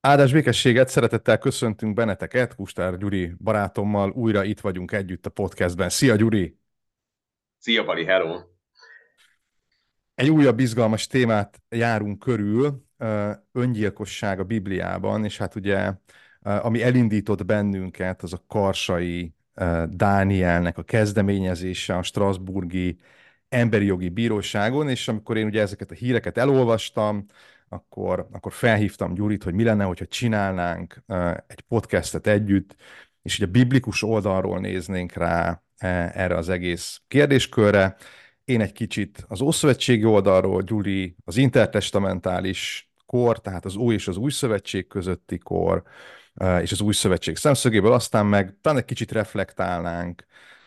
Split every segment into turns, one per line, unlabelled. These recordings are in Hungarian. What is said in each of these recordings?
Áldás békességet, szeretettel köszöntünk benneteket, Kustár Gyuri barátommal, újra itt vagyunk együtt a podcastben. Szia Gyuri!
Szia, Pali, hello!
Egy újabb izgalmas témát járunk körül, öngyilkosság a Bibliában, és hát ugye, ami elindított bennünket, az a Karsai Dánielnek a kezdeményezése a Strasbourgi Emberi Jogi Bíróságon, és amikor én ugye ezeket a híreket elolvastam, akkor felhívtam Gyurit, hogy mi lenne, hogyha csinálnánk egy podcastet együtt, és ugye biblikus oldalról néznénk rá erre az egész kérdéskörre. Én egy kicsit az Ószövetségi oldalról, Gyuri az intertestamentális kor, tehát az Új és az Új Szövetség közötti kor, és az Új Szövetség szemszögéből, aztán meg talán egy kicsit reflektálnánk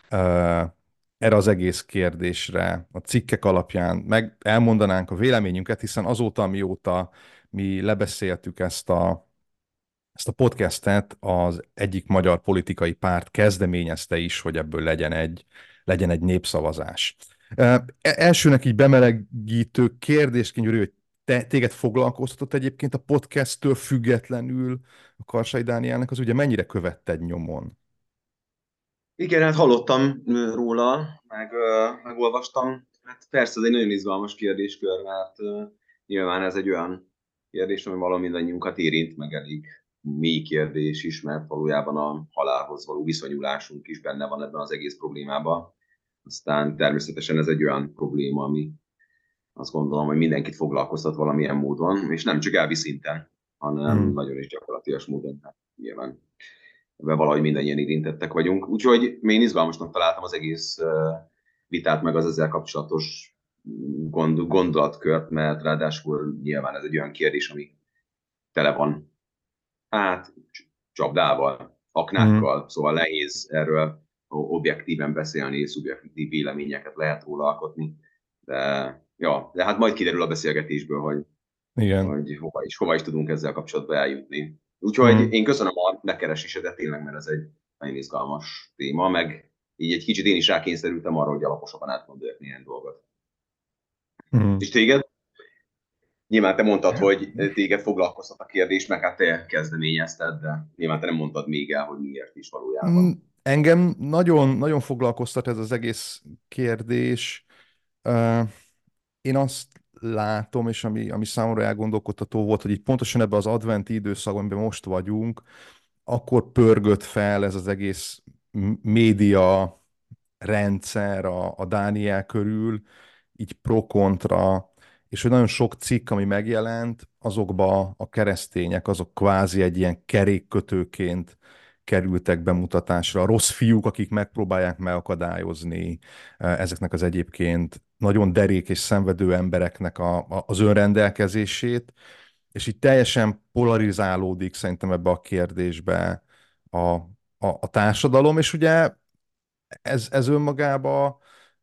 erre az egész kérdésre a cikkek alapján, meg elmondanánk a véleményünket, hiszen azóta, amióta mi lebeszéltük ezt a podcastet, az egyik magyar politikai párt kezdeményezte is, hogy ebből legyen egy népszavazás. Elsőnek így bemelegítő kérdésként, Gyuri, hogy téged foglalkoztatott egyébként a podcasttől függetlenül a Karsai Dánielnek, az ugye mennyire követted nyomon?
Igen, hát hallottam róla, megolvastam. Hát persze, ez egy nagyon izgalmas kérdéskör, mert nyilván ez egy olyan kérdés, ami valami mindannyiunkat érint, meg elég mély kérdés is, mert valójában a halálhoz való viszonyulásunk is benne van ebben az egész problémában. Aztán természetesen ez egy olyan probléma, ami azt gondolom, hogy mindenkit foglalkoztat valamilyen módon, és nem csak elvi szinten, hanem
Mm.
nagyon is gyakorlatias módon. Hát nyilván ebben valahogy mindannyian érintettek vagyunk. Úgyhogy én izgalmasnak találtam az egész vitát, meg az ezzel kapcsolatos gondolatkört, mert ráadásul nyilván ez egy olyan kérdés, ami tele van, hát csapdával,
Mm.
aknákkal, szóval nehéz erről objektíven beszélni, szubjektív véleményeket lehet róla alkotni, de, ja, de hát majd kiderül a beszélgetésből,
Igen.
hogy hova is tudunk ezzel kapcsolatban eljutni. Úgyhogy
Mm.
én köszönöm a megkeresésedet tényleg, mert ez egy nagyon izgalmas téma, meg így egy kicsit én is rákényszerültem arra, hogy alaposabban átgondoljak néhány dolgot.
Mm.
És téged? Nyilván te mondtad, hogy téged foglalkoztat a kérdés, meg hát te kezdeményezted, de nyilván te nem mondtad még el, hogy miért is
Mm.
valójában.
Engem nagyon, nagyon foglalkoztat ez az egész kérdés. Én azt látom, és ami számomra elgondolkodtató volt, hogy itt pontosan ebben az adventi időszakban, amiben most vagyunk, akkor pörgött fel ez az egész média rendszer a Dániel körül, így pro-kontra, és hogy nagyon sok cikk, ami megjelent, azokba a keresztények, azok kvázi egy ilyen kerékkötőként kerültek bemutatásra. A rossz fiúk, akik megpróbálják megakadályozni ezeknek az egyébként nagyon derék és szenvedő embereknek az önrendelkezését, és így teljesen polarizálódik szerintem ebbe a kérdésbe a társadalom, és ugye ez önmagában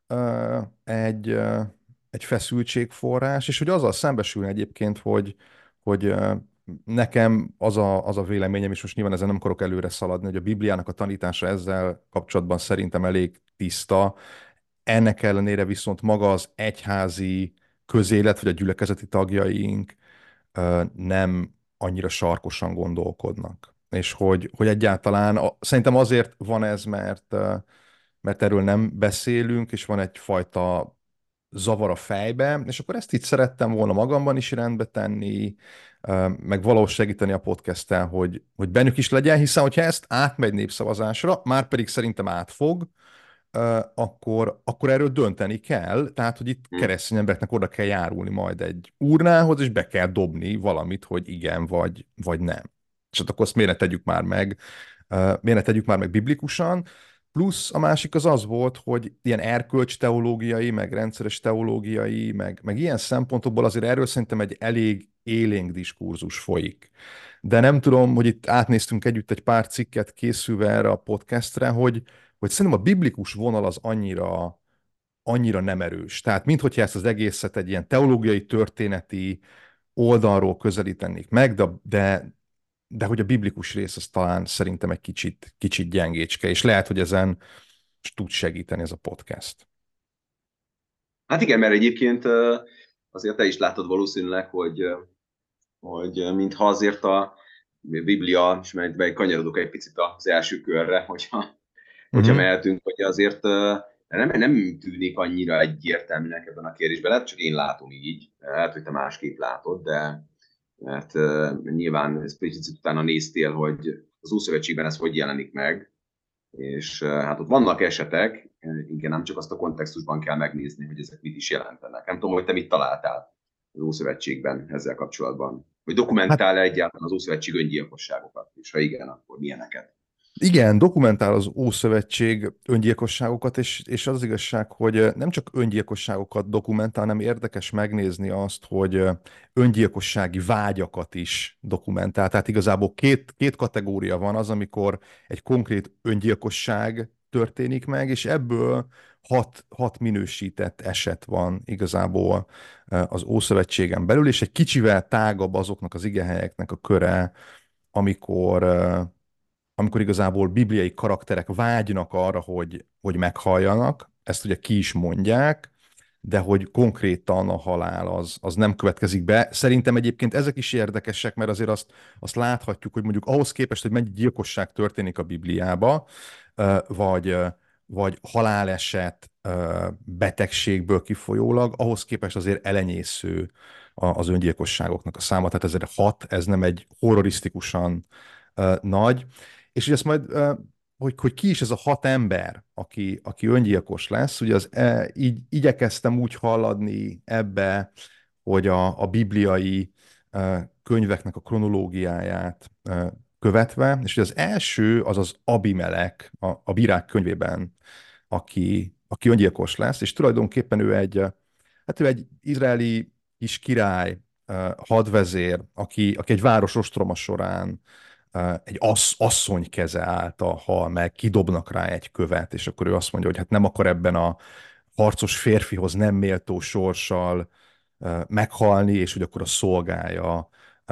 egy feszültségforrás, és hogy azzal szembesülni egyébként, hogy nekem az a véleményem, és most nyilván ezen nem akarok előre szaladni, hogy a Bibliának a tanítása ezzel kapcsolatban szerintem elég tiszta. Ennek ellenére viszont maga az egyházi közélet, vagy a gyülekezeti tagjaink nem annyira sarkosan gondolkodnak. És hogy egyáltalán szerintem azért van ez, mert erről nem beszélünk, és van egyfajta zavar a fejbe, és akkor ezt itt szerettem volna magamban is rendbe tenni, meg valahol segíteni a podcasttel, hogy bennük is legyen, hiszen hogyha ezt átmegy népszavazásra, már pedig szerintem át fog, akkor erről dönteni kell, tehát, hogy itt
Hm.
keresztény embereknek oda kell járulni majd egy urnához, és be kell dobni valamit, hogy igen, vagy nem. És hát akkor azt miért ne tegyük már meg biblikusan, plusz a másik az volt, hogy ilyen erkölcsteológiai, meg rendszeres teológiai, meg ilyen szempontokból azért erről szerintem egy elég élénk diskurzus folyik. De nem tudom, hogy itt átnéztünk együtt egy pár cikket készülve erre a podcastre, hogy szerintem a biblikus vonal az annyira nem erős. Tehát minthogyha ezt az egészet egy ilyen teológiai, történeti oldalról közelítenék meg, de hogy a biblikus rész az talán szerintem egy kicsit gyengécske, és lehet, hogy ezen tud segíteni ez a podcast.
Hát igen, mert egyébként azért te is látod valószínűleg, hogy mintha azért a Biblia, és meg kanyarodok egy picit az első körre, hogyha
Uh-huh.
mehetünk, hogy azért nem tűnik annyira egyértelműnek ebben a kérdésben. Lehet, csak én látom így, lehet, hogy te másképp látod, de mert nyilván ezt picit utána néztél, hogy az Ószövetségben ez hogy jelenik meg, és hát ott vannak esetek, inkább nem csak azt a kontextusban kell megnézni, hogy ezek mit is jelentenek. Nem tudom, hogy te mit találtál az Ószövetségben ezzel kapcsolatban. Hogy
Hát
dokumentál-e egyáltalán az Ószövetség öngyilkosságokat, és ha igen, akkor milyeneket?
igen, dokumentál az Ószövetség öngyilkosságokat, és az igazság, hogy nem csak öngyilkosságokat dokumentál, hanem érdekes megnézni azt, hogy öngyilkossági vágyakat is dokumentál. Tehát igazából két kategória van, az, amikor egy konkrét öngyilkosság történik meg, és ebből hat minősített eset van igazából az Ószövetségen belül, és egy kicsivel tágabb azoknak az igehelyeknek a köre, amikor amikor igazából bibliai karakterek vágynak arra, hogy meghalljanak, ezt ugye ki is mondják, de hogy konkrétan a halál az nem következik be. Szerintem egyébként ezek is érdekesek, mert azért azt láthatjuk, hogy mondjuk ahhoz képest, hogy mennyi gyilkosság történik a Bibliába, vagy, vagy haláleset betegségből kifolyólag, ahhoz képest azért elenyésző az öngyilkosságoknak a száma. Tehát ezért 6, ez nem egy horrorisztikusan nagy. És ugye ezt majd, hogy ki is ez a 6 ember, aki öngyilkos lesz, ugye így igyekeztem úgy halladni ebbe, hogy a bibliai könyveknek a kronológiáját követve, és ugye az első az az Abimelek a Bírák könyvében, aki öngyilkos lesz, és tulajdonképpen ő egy izraeli kis király, hadvezér, aki egy város ostroma során egy asszony keze által hal meg, kidobnak rá egy követ, és akkor ő azt mondja, hogy hát nem akar ebben a harcos férfihoz nem méltó sorssal meghalni, és hogy akkor a szolgája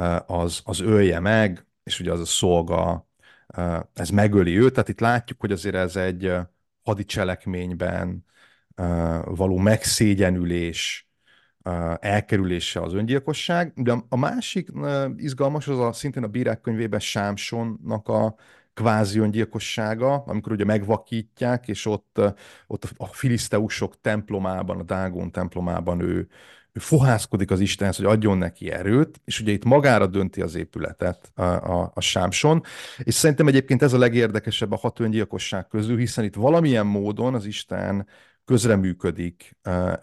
az ölje meg, és ugye az a szolga ez megöli őt. Tehát itt látjuk, hogy azért ez egy hadicselekményben való megszégyenülés, elkerülése az öngyilkosság. De a másik izgalmas, az szintén a Bírák könyvében Sámsonnak a kvázi öngyilkossága, amikor ugye megvakítják, és ott a filiszteusok templomában, a Dágón templomában ő fohászkodik az Istenhez, hogy adjon neki erőt, és ugye itt magára dönti az épületet a Sámson, és szerintem egyébként ez a legérdekesebb a 6 öngyilkosság közül, hiszen itt valamilyen módon az Isten közreműködik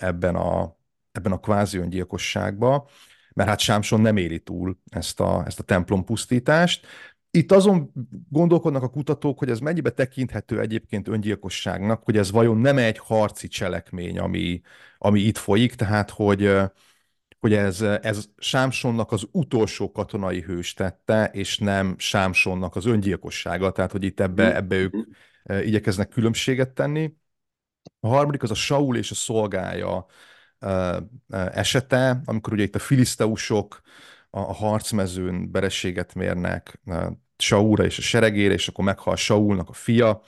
ebben a kvázi öngyilkosságba, mert hát Sámson nem éli túl ezt a templom pusztítást. Itt azon gondolkodnak a kutatók, hogy ez mennyibe tekinthető egyébként öngyilkosságnak, hogy ez vajon nem egy harci cselekmény, ami itt folyik, tehát hogy ez Sámsonnak az utolsó katonai hős tette, és nem Sámsonnak az öngyilkossága, tehát hogy itt ebbe ők igyekeznek különbséget tenni. A harmadik az a Saul és a szolgája esete, amikor ugye itt a filiszteusok a harcmezőn vereséget mérnek Saulra és a seregére, és akkor meghal Saulnak a fia,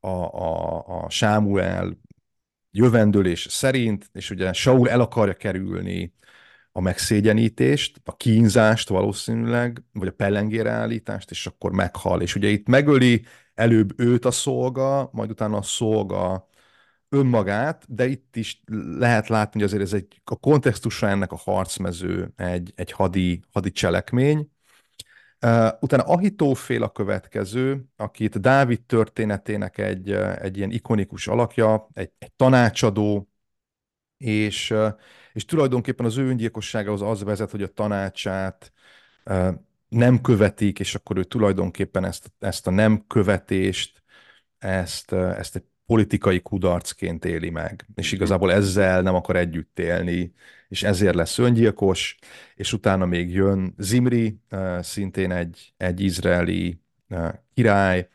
a Sámuel jövendőlés szerint, és ugye Saul el akarja kerülni a megszégyenítést, a kínzást valószínűleg, vagy a pellengére állítást, és akkor meghal. És ugye itt megöli előbb őt a szolga, majd utána a szolga önmagát, de itt is lehet látni, hogy azért a kontextusa ennek a harcmező egy hadi cselekmény. Utána Ahitófél a következő, akit Dávid történetének egy ilyen ikonikus alakja, egy tanácsadó, és, és tulajdonképpen az ő öngyilkosságához az vezet, hogy a tanácsát nem követik, és akkor ő tulajdonképpen ezt a nem követést, ezt egy politikai kudarcként éli meg, és igazából ezzel nem akar együtt élni, és ezért lesz öngyilkos, és utána még jön Zimri, szintén egy izraeli király,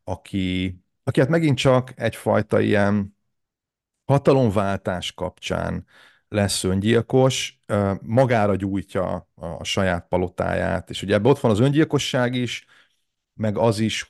aki hát megint csak egyfajta ilyen hatalomváltás kapcsán lesz öngyilkos, magára gyújtja a saját palotáját, és ugye ebben ott van az öngyilkosság is, meg az is,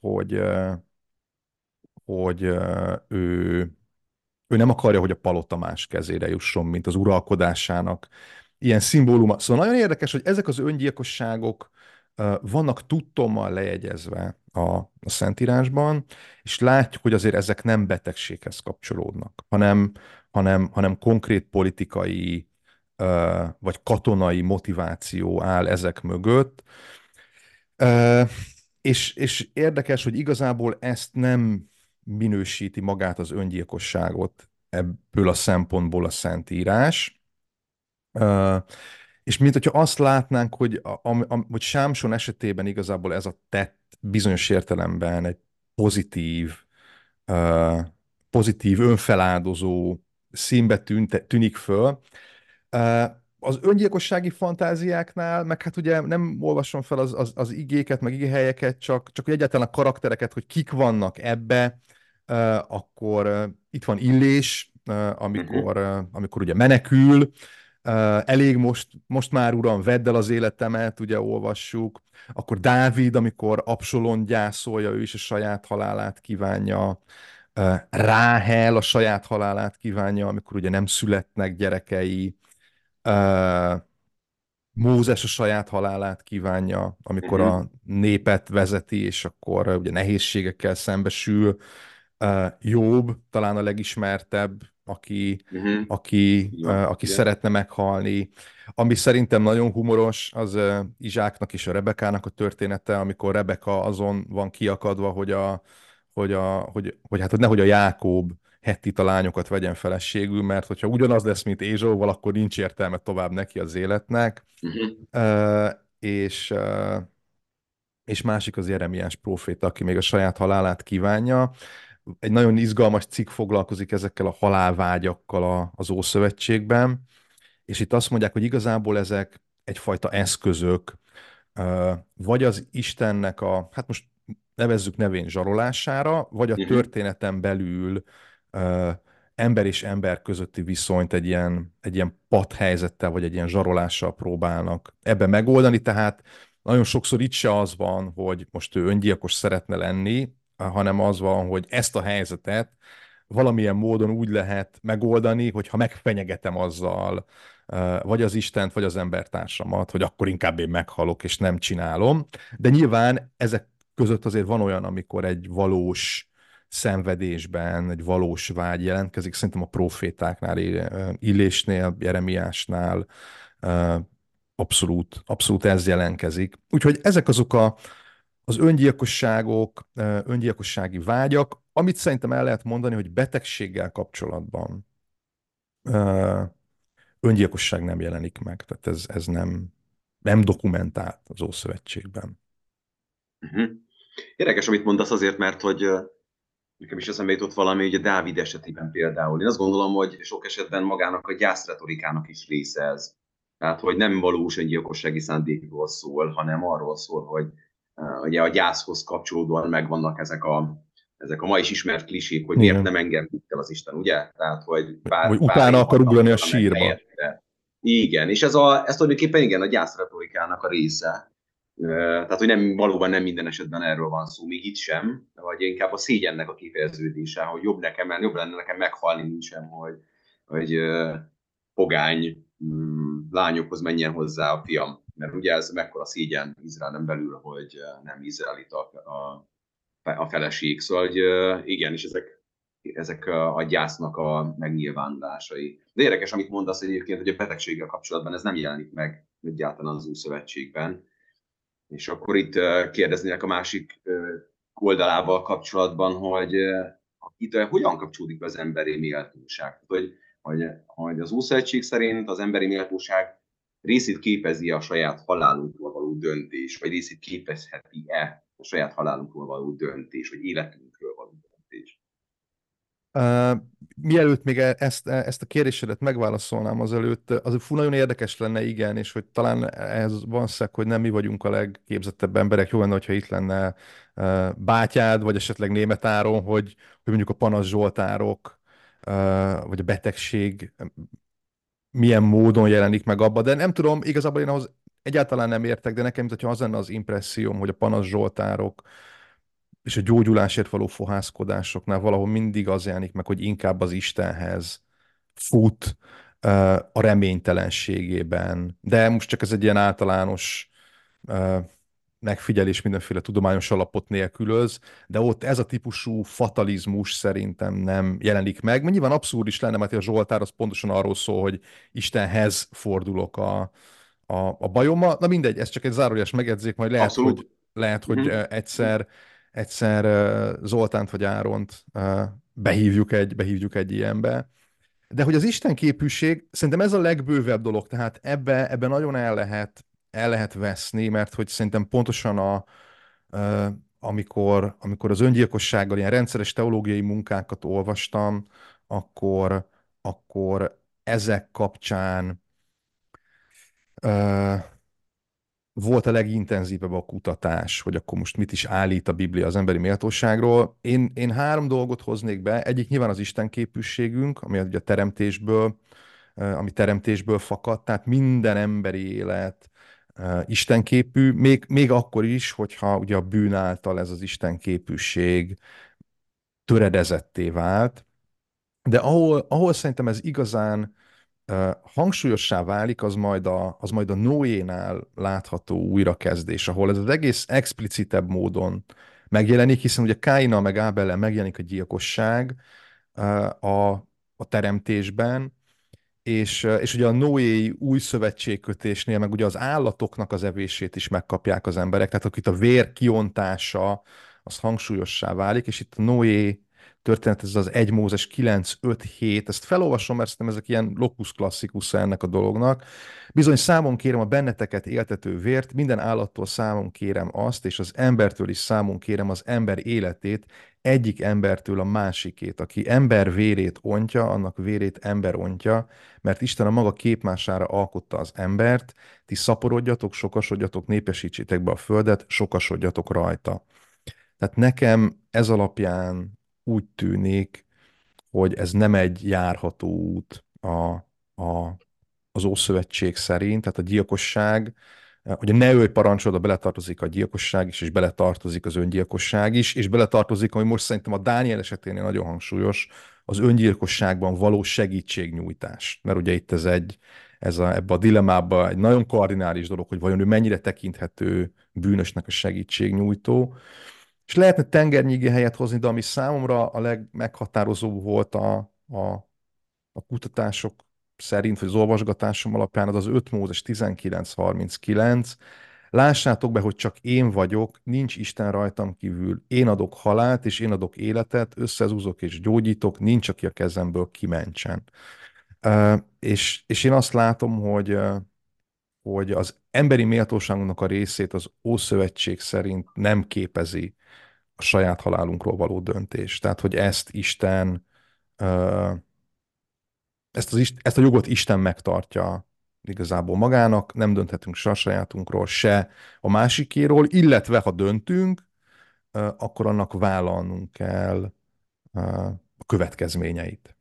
hogy ő nem akarja, hogy a palota más kezére jusson, mint az uralkodásának ilyen szimbóluma. Szóval nagyon érdekes, hogy ezek az öngyilkosságok vannak tudtommal lejegyezve a Szentírásban, és látjuk, hogy azért ezek nem betegséghez kapcsolódnak, hanem konkrét politikai vagy katonai motiváció áll ezek mögött. Ö, és érdekes, hogy igazából ezt nem minősíti magát az öngyilkosságot ebből a szempontból a Szentírás. Ö, és mint hogyha azt látnánk, hogy Sámson esetében igazából ez a tett bizonyos értelemben egy pozitív, ö, pozitív, önfeláldozó színbe tűnik föl. Ö, Az öngyilkossági fantáziáknál, meg hát ugye nem olvasom fel az igéket, meg igéhelyeket, csak hogy egyáltalán a karaktereket, hogy kik vannak ebbe, akkor itt van Illés,
Uh-huh.
amikor ugye menekül, elég most már uram, vedd el az életemet, ugye olvassuk. Akkor Dávid, amikor Absalon gyászolja, ő is a saját halálát kívánja. Ráhel a saját halálát kívánja, amikor ugye nem születnek gyerekei. Mózes a saját halálát kívánja, amikor
Uh-huh.
a népet vezeti, és akkor ugye nehézségekkel szembesül. Jobb, talán a legismertebb,
Uh-huh. Így van,
aki
igen.
szeretne meghalni. Ami szerintem nagyon humoros, az Izsáknak és a Rebekának a története, amikor Rebeka azon van kiakadva, hogy nehogy a Jákob hettita lányokat vegyen feleségül, mert hogyha ugyanaz lesz, mint Ézsóval, akkor nincs értelme tovább neki az életnek.
Uh-huh.
Ö, és, és másik az Jeremiás próféta, aki még a saját halálát kívánja. Egy nagyon izgalmas cikk foglalkozik ezekkel a halálvágyakkal az Ószövetségben, és itt azt mondják, hogy igazából ezek egyfajta eszközök, vagy az Istennek hát most nevezzük nevén zsarolására, vagy a
Uh-huh.
történeten belül ö, ember és ember közötti viszonyt egy ilyen patthelyzettel, vagy egy ilyen zsarolással próbálnak ebbe megoldani, tehát nagyon sokszor itt se az van, hogy most ő öngyilkos szeretne lenni, hanem az van, hogy ezt a helyzetet valamilyen módon úgy lehet megoldani, hogyha megfenyegetem azzal, vagy az Istent, vagy az embertársamat, hogy akkor inkább én meghalok, és nem csinálom. De nyilván ezek között azért van olyan, amikor egy valós szenvedésben, egy valós vágy jelentkezik. Szerintem a profétáknál, Illésnél, Jeremiásnál abszolút ez jelentkezik. Úgyhogy ezek azok az öngyilkosságok, öngyilkossági vágyak, amit szerintem el lehet mondani, hogy betegséggel kapcsolatban öngyilkosság nem jelenik meg. Tehát ez nem dokumentált az Ószövetségben.
Uh-huh. Érdekes, amit mondasz azért, mert hogy nekem is eszembe jutott valami, ugye Dávid esetében például. Én azt gondolom, hogy sok esetben magának a gyászretorikának is része ez. Tehát, hogy nem valós öngyilkossági szándékról szól, hanem arról szól, hogy ugye a gyászhoz kapcsolódóan megvannak ezek a ma is ismert klisék, hogy miért
Igen.
nem engem vitt el az Isten, ugye? Tehát, hogy
Vagy
bár
utána
én
akar
hagytam
ugrani a
volna meg
sírba.
helyette. Igen, és ez tulajdonképpen igen, a gyászretorikának a része. Tehát, hogy valóban nem minden esetben erről van szó, még itt sem, vagy inkább a szégyennek a kifejeződése, hogy jobb lenne nekem meghalni, mint sem, hogy pogány lányokhoz menjen hozzá a fiam. Mert ugye ez mekkora szégyen Izraelen belül, hogy nem izraelita a feleség. Szóval, hogy igen, és ezek a gyásznak a megnyilvánulásai. De érdekes, amit mondasz egyébként, hogy a betegséggel kapcsolatban ez nem jelenik meg egyáltalán az Újszövetségben. És akkor itt kérdeznének a másik oldalával kapcsolatban, hogy itt hogyan kapcsolódik be az emberi méltóság. Hogy az Ószövetség szerint az emberi méltóság részét képezi a saját halálunkról való döntés, vagy részét képezheti-e a saját halálunkról való döntés, vagy életünkről való döntés.
Uh, Mielőtt még ezt a kérdésedet megválaszolnám azelőtt, az nagyon érdekes lenne, igen, és hogy talán ez van szeg, hogy nem mi vagyunk a legképzettebb emberek, jó lenne, hogyha itt lenne bátyád, vagy esetleg német Áron, hogy mondjuk a panasz zsoltárok, vagy a betegség milyen módon jelenik meg abba, de nem tudom, igazából én ahhoz egyáltalán nem értek, de nekem, hogyha az lenne az impresszióm, hogy a panasz zsoltárok és a gyógyulásért való fohászkodásoknál valahol mindig az jelenik meg, hogy inkább az Istenhez fut a reménytelenségében. De most csak ez egy ilyen általános megfigyelés mindenféle tudományos alapot nélkülöz, de ott ez a típusú fatalizmus szerintem nem jelenik meg. Nyilván abszurd is lenne, mert a Zsoltár az pontosan arról szól, hogy Istenhez fordulok a bajommal. Na mindegy, ez csak egy zárójeles megjegyzék, majd
Abszolút.
lehet, hogy
Uh-huh.
egyszer Zoltánt vagy Áront behívjuk egy ilyenbe. De hogy az Isten képűség, szerintem ez a legbővebb dolog, tehát ebbe nagyon el lehet veszni, mert hogy szerintem pontosan amikor az öngyilkossággal ilyen rendszeres teológiai munkákat olvastam, akkor ezek kapcsán ö, volt a legintenzívebb a kutatás, hogy akkor most mit is állít a Biblia az emberi méltóságról. Én három dolgot hoznék be. Egyik nyilván az Isten képűségünk, ami ugye a ami teremtésből fakad, tehát minden emberi élet istenképű, még akkor is, hogyha ugye a bűn által ez az istenképűség töredezetté vált, de ahol szerintem ez igazán hangsúlyossá válik, az majd a Noénál látható újrakezdés, ahol ez az egész explicitebb módon megjelenik, hiszen ugye Káinnal meg Ábellel megjelenik a gyilkosság a, a teremtésben, és ugye a Noéi új szövetségkötésnél meg ugye az állatoknak az evését is megkapják az emberek, tehát akit a vér kiontása az hangsúlyossá válik, és itt a Noé történet, ez az 1 Mózes 9:5-7, ezt felolvasom, mert szerintem ezek ilyen locus classicus ennek a dolognak. Bizony számon kérem a benneteket éltető vért, minden állattól számon kérem azt, és az embertől is számon kérem az ember életét, egyik embertől a másikét. Aki ember vérét ontja, annak vérét ember ontja, mert Isten a maga képmására alkotta az embert, ti szaporodjatok, sokasodjatok, népesítsétek be a földet, sokasodjatok rajta. Tehát nekem ez alapján úgy tűnik, hogy ez nem egy járható út a, az Ószövetség szerint, tehát a gyilkosság, hogy ne ölj parancsodba beletartozik a gyilkosság is, és beletartozik az öngyilkosság is, és beletartozik, ami most szerintem a Dániel eseténél nagyon hangsúlyos, az öngyilkosságban való segítségnyújtás. Mert ugye itt ebbe a dilemmába egy nagyon kardinális dolog, hogy vajon ő mennyire tekinthető bűnösnek a segítségnyújtó. És lehetne tengernyígi helyet hozni, de ami számomra a legmeghatározóbb volt a kutatások szerint, vagy az olvasgatásom alapján, az 5 Mózes 19:39. Lássátok be, hogy csak én vagyok, nincs Isten rajtam kívül. Én adok halált, és én adok életet, összezúzok és gyógyítok, nincs, aki a kezemből kimentsen. És én azt látom, hogy az emberi méltóságunknak a részét az Ószövetség szerint nem képezi a saját halálunkról való döntés. Tehát, hogy ö, ezt a jogot Isten megtartja igazából magának, nem dönthetünk se a sajátunkról, se a másikéról, illetve ha döntünk, akkor annak vállalnunk kell a következményeit.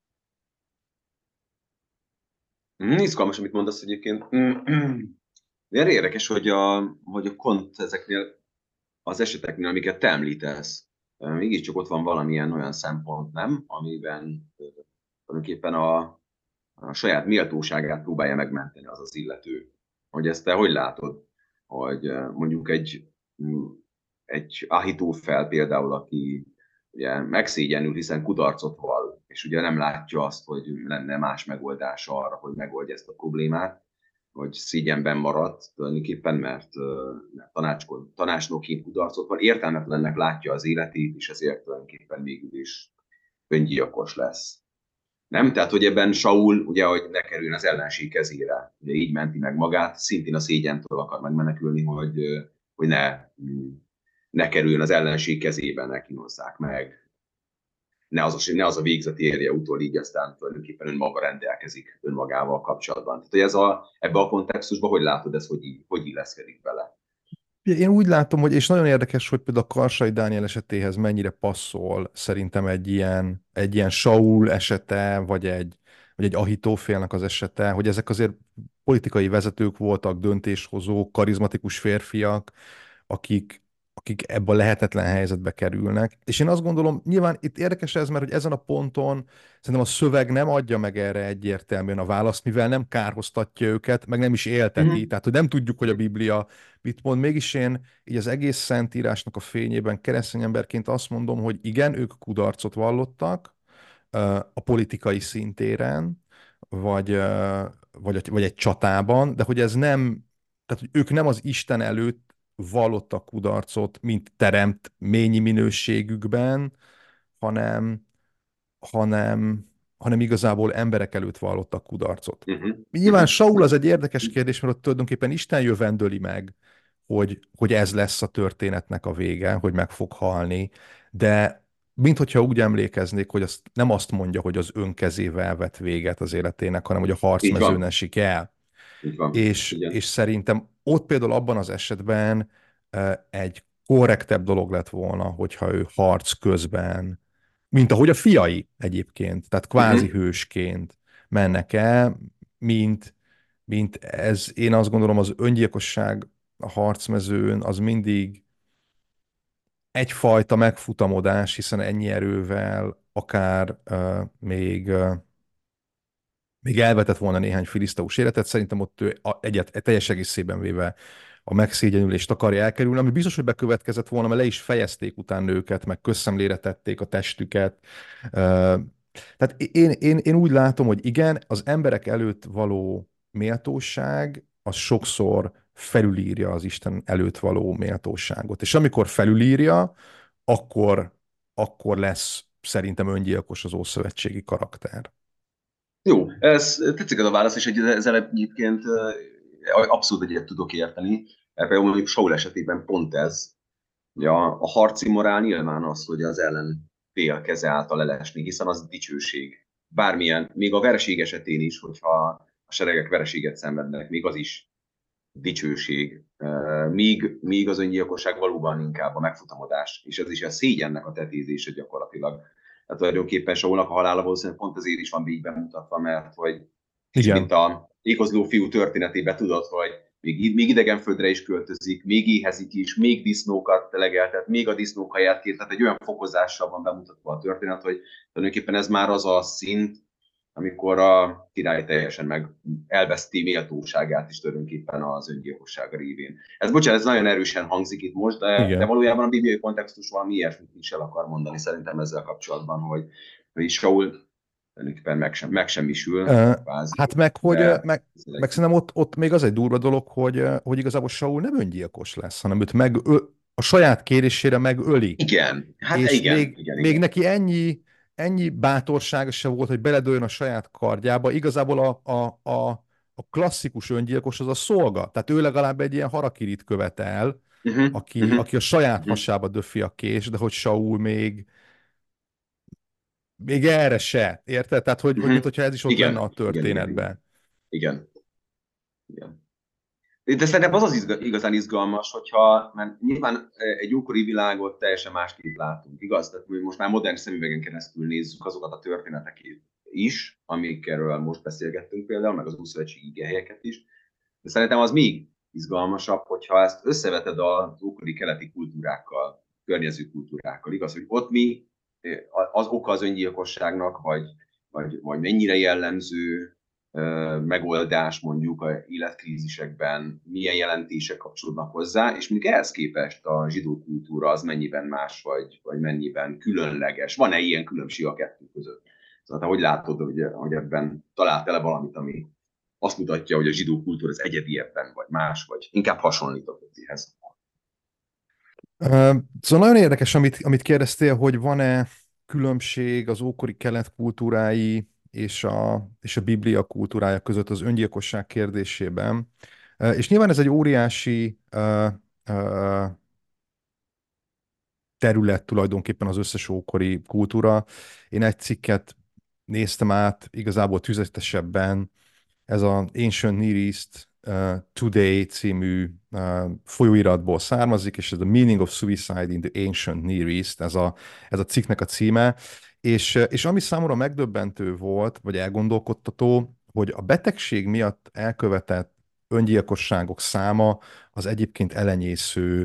Izgalmas, amit mondasz egyébként. Erre érdekes, hogy a kont ezeknél az eseteknél, amiket te említesz, mégiscsak ott van valamilyen olyan szempont, nem? Amiben tulajdonképpen a saját méltóságát próbálja megmenteni az az illető. Hogy ezt te hogy látod? Hogy mondjuk egy Ahitófel például, aki ugye megszégyenül, hiszen kudarcot vall, és ugye nem látja azt, hogy lenne más megoldás arra, hogy megoldja ezt a problémát, hogy szégyenben maradt tulajdonképpen, mert tanácsnokként kudarcot van, értelmetlennek látja az életét, és ezért tulajdonképpen végül is öngyilkos lesz. Nem? Tehát, hogy ebben Saul, ugye, hogy ne kerüljön az ellenség kezére, ugye így menti meg magát, szintén a szégyentől akar megmenekülni, hogy ne kerüljön az ellenség kezébe, ne kínozzák meg, ne az a végzet érje utol, így aztán tulajdonképpen önmaga rendelkezik önmagával kapcsolatban. Tehát, hogy ebbe a kontextusban hogy látod ezt, hogy illeszkedik bele?
Én úgy látom, hogy, és nagyon érdekes, hogy például a Karsai Dániel esetéhez mennyire passzol szerintem egy ilyen Saul esete, vagy egy Ahitófélnek az esete, hogy ezek azért politikai vezetők voltak, döntéshozók, karizmatikus férfiak, akik akik ebbe a lehetetlen helyzetbe kerülnek. És én azt gondolom, nyilván itt érdekes ez, mert hogy ezen a ponton szerintem a szöveg nem adja meg erre egyértelműen a választ, mivel nem kárhoztatja őket, meg nem is élteti.
Mhm.
Tehát, hogy nem tudjuk, hogy a Biblia mit mond. Mégis én így az egész Szentírásnak a fényében keresztény emberként azt mondom, hogy igen, ők kudarcot vallottak a politikai szintéren, vagy, vagy egy csatában, de hogy ez nem, tehát hogy ők nem az Isten előtt vallottak kudarcot, mint teremtményi minőségükben, hanem, hanem, hanem igazából emberek előtt vallottak kudarcot.
Mhm.
Nyilván
Mhm.
Saul az egy érdekes kérdés, mert ott tulajdonképpen Isten jövendöli meg, hogy ez lesz a történetnek a vége, hogy meg fog halni, de minthogyha úgy emlékeznék, hogy nem azt mondja, hogy az önkezével vett véget az életének, hanem hogy a
Így
harcmezőn
van.
esik el.
Így van.
És
Igen.
szerintem ott például abban az esetben egy korrektebb dolog lett volna, hogyha ő harc közben, mint ahogy a fiai egyébként, tehát kvázi
Mhm.
hősként mennek el, mint, mint ez, én azt gondolom, az öngyilkosság a harcmezőn az mindig egyfajta megfutamodás, hiszen ennyi erővel akár még elvetett volna néhány filiszteus életet, szerintem ott ő teljes egészében véve a megszégyenülést akarja elkerülni, ami biztos, hogy bekövetkezett volna, mert le is fejezték utána őket, meg közszemlére tették a testüket. Tehát én úgy látom, hogy igen, az emberek előtt való méltóság az sokszor felülírja az Isten előtt való méltóságot. És amikor felülírja, akkor, akkor lesz szerintem öngyilkos az ószövetségi karakter.
Jó, ez tetszik ez a válasz, és ezzel egyébként abszolút egyet tudok érteni. Például mondjuk Saul esetében pont ez. Ugye a harci morál nyilván az, hogy az ellen fél keze által elesni, hiszen az dicsőség. Bármilyen, még a vereség esetén is, hogyha a seregek vereséget szenvednek, még az is dicsőség. Míg az öngyilkosság valóban inkább a megfutamodás, és ez is a szégyennek a tetézése gyakorlatilag. Tehát tulajdonképpen Saulnak a halála valószínűleg pont azért is van végig bemutatva, mert hogy kicsit mint
Igen,
a ékozló fiú történetében tudod, hogy még idegen földre is költözik, még éhezik is, még disznókat legeltet, még a disznók haját kér, tehát egy olyan fokozással van bemutatva a történet, hogy tulajdonképpen ez már az a szint, amikor a király teljesen meg elveszti méltóságát is tulajdonképpen az öngyilkossága révén. Ez bocsánat, ez nagyon erősen hangzik itt most, de
igen.
valójában a bibliai kontextus valami ilyesmit is el akar mondani szerintem ezzel kapcsolatban, hogy Saul tulajdonképpen megsemmisül,
Ö,
kvázi,
Hát meg, hogy,
de
meg szerintem ott még az egy durva dolog, hogy igazából Saul nem öngyilkos lesz, hanem őt a saját kérésére megöli.
igen, hát
És
igen,
még,
igen,
még
igen.
neki ennyi bátorsága se volt, hogy beledőljön a saját kardjába. Igazából a klasszikus öngyilkos az a szolga. Tehát ő legalább egy ilyen harakirit követel,
Uh-huh, uh-huh,
aki a saját
uh-huh,
hasába döfi a kés, de hogy Saul még erre se. Érted? Tehát, hogy mint
uh-huh.
hogyha ez is ott lenne
Igen,
a
igen, igen, igen,
történetben.
igen, igen. De szerintem az igazán izgalmas, hogyha, mert nyilván egy ókori világot teljesen másképp látunk, igaz? Tehát mi most már modern szemüvegen keresztül nézzük azokat a történeteket is, amikről most beszélgettünk például, meg az ószövetségi helyeket is. De szerintem az még izgalmasabb, hogyha ezt összeveted az ókori keleti kultúrákkal, környező kultúrákkal, igaz? Hogy ott mi az oka az öngyilkosságnak, vagy mennyire jellemző megoldás mondjuk a életkrízisekben, milyen jelentések kapcsolódnak hozzá, és mondjuk ehhez képest a zsidó kultúra az mennyiben más, vagy mennyiben különleges. Van-e ilyen különbség a kettő között? Szóval te hogy látod, hogy ebben találtál-e valamit, ami azt mutatja, hogy a zsidó kultúra az egyedi ebben, vagy más, vagy inkább hasonlít a többihez?
Szóval nagyon érdekes, amit kérdeztél, hogy van-e különbség az ókori kelet kultúrái és a Biblia kultúrája között az öngyilkosság kérdésében. És nyilván ez egy óriási terület tulajdonképpen az összes ókori kultúra. Én egy cikket néztem át igazából tüzetesebben, ez az Ancient Near East Today című folyóiratból származik, és ez a Meaning of Suicide in the Ancient Near East, ez a cikknek a címe, és ami számomra megdöbbentő volt, vagy elgondolkodtató, hogy a betegség miatt elkövetett öngyilkosságok száma az egyébként elenyésző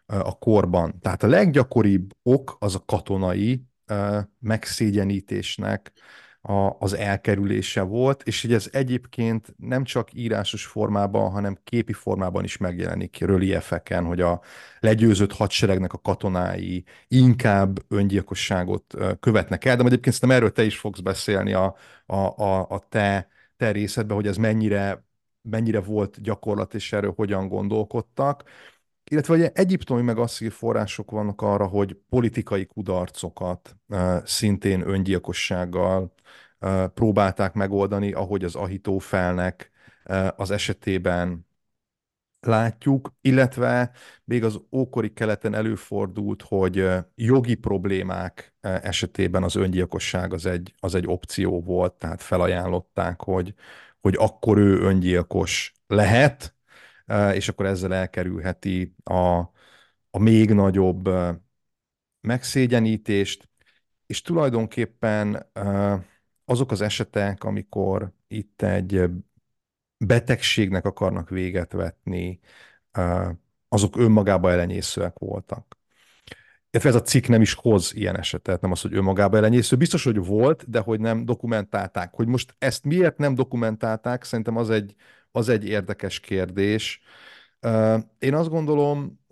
a korban. Tehát a leggyakoribb ok az a katonai megszégyenítésnek az elkerülése volt, és hogy ez egyébként nem csak írásos formában, hanem képi formában is megjelenik reliefeken, hogy a legyőzött hadseregnek a katonái inkább öngyilkosságot követnek el, de majd egyébként szerintem erről te is fogsz beszélni a te részedben, hogy ez mennyire volt gyakorlat, és erről hogyan gondolkodtak. Illetve ugye egyiptomi meg asszír források vannak arra, hogy politikai kudarcokat szintén öngyilkossággal próbálták megoldani, ahogy az Ahitófelnek az esetében látjuk, illetve még az ókori keleten előfordult, hogy jogi problémák esetében az öngyilkosság az egy opció volt, tehát felajánlották, hogy akkor ő öngyilkos lehet, és akkor ezzel elkerülheti a még nagyobb megszégyenítést, és tulajdonképpen azok az esetek, amikor itt egy betegségnek akarnak véget vetni, azok önmagába elenyészőek voltak. Illetve ez a cikk nem is hoz ilyen esetet, nem az, hogy önmagába elenyésző. Biztos, hogy volt, de hogy nem dokumentálták. Hogy most ezt miért nem dokumentálták, szerintem az egy érdekes kérdés. Én azt gondolom,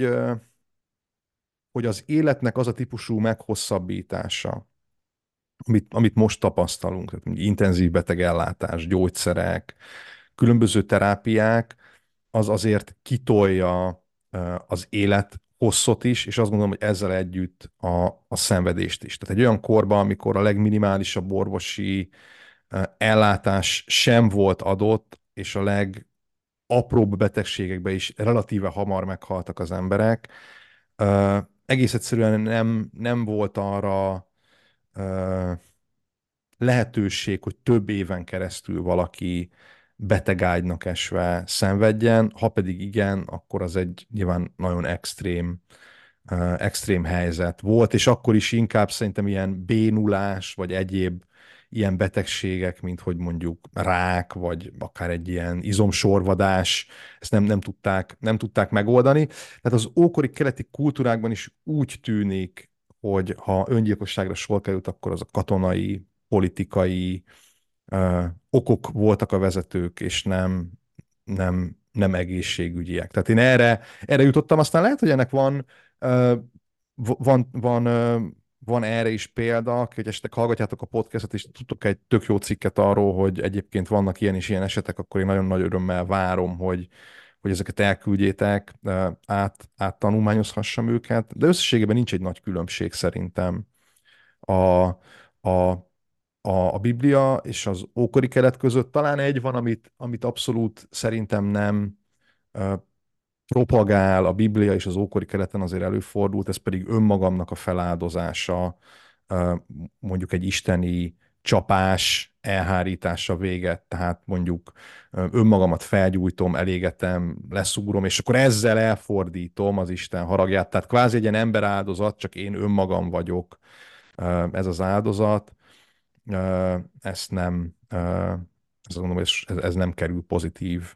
hogy az életnek az a típusú meghosszabbítása, amit most tapasztalunk, tehát intenzív betegellátás, gyógyszerek, különböző terápiák, az azért kitolja az élet hosszot is, és azt gondolom, hogy ezzel együtt a szenvedést is. Tehát egy olyan korban, amikor a legminimálisabb orvosi ellátás sem volt adott, és a legapróbb betegségekben is relatíve hamar meghaltak az emberek, egész egyszerűen nem volt arra lehetőség, hogy több éven keresztül valaki betegágynak esve szenvedjen, ha pedig igen, akkor az egy nyilván nagyon extrém helyzet volt, és akkor is inkább szerintem ilyen bénulás, vagy egyéb ilyen betegségek, mint hogy mondjuk rák, vagy akár egy ilyen izomsorvadás, ezt nem tudták megoldani. Tehát az ókori keleti kultúrákban is úgy tűnik, hogy ha öngyilkosságra sor került, akkor az a katonai, politikai okok voltak a vezetők, és nem egészségügyiek. Tehát én erre jutottam, aztán lehet, hogy ennek ö, van, van, ö, van erre is példa, hogy esetleg hallgatjátok a podcastot, és tudtok egy tök jó cikket arról, hogy egyébként vannak ilyen és ilyen esetek, akkor én nagyon nagy örömmel várom, hogy ezeket elküldjétek, áttanulmányozhassam őket, de összességében nincs egy nagy különbség szerintem a, a, a Biblia és az ókori kelet között. Talán egy van, amit abszolút szerintem nem ö, propagál a Biblia, és az ókori keleten azért előfordult, ez pedig önmagamnak a feláldozása, ö, mondjuk egy isteni csapás elhárítása véget, tehát mondjuk önmagamat felgyújtom, elégetem, leszúrom, és akkor ezzel elfordítom az Isten haragját. Tehát kvázi egy ilyen emberáldozat, csak én önmagam vagyok ez az áldozat. Ezt nem, azt mondom, hogy ez nem kerül pozitív,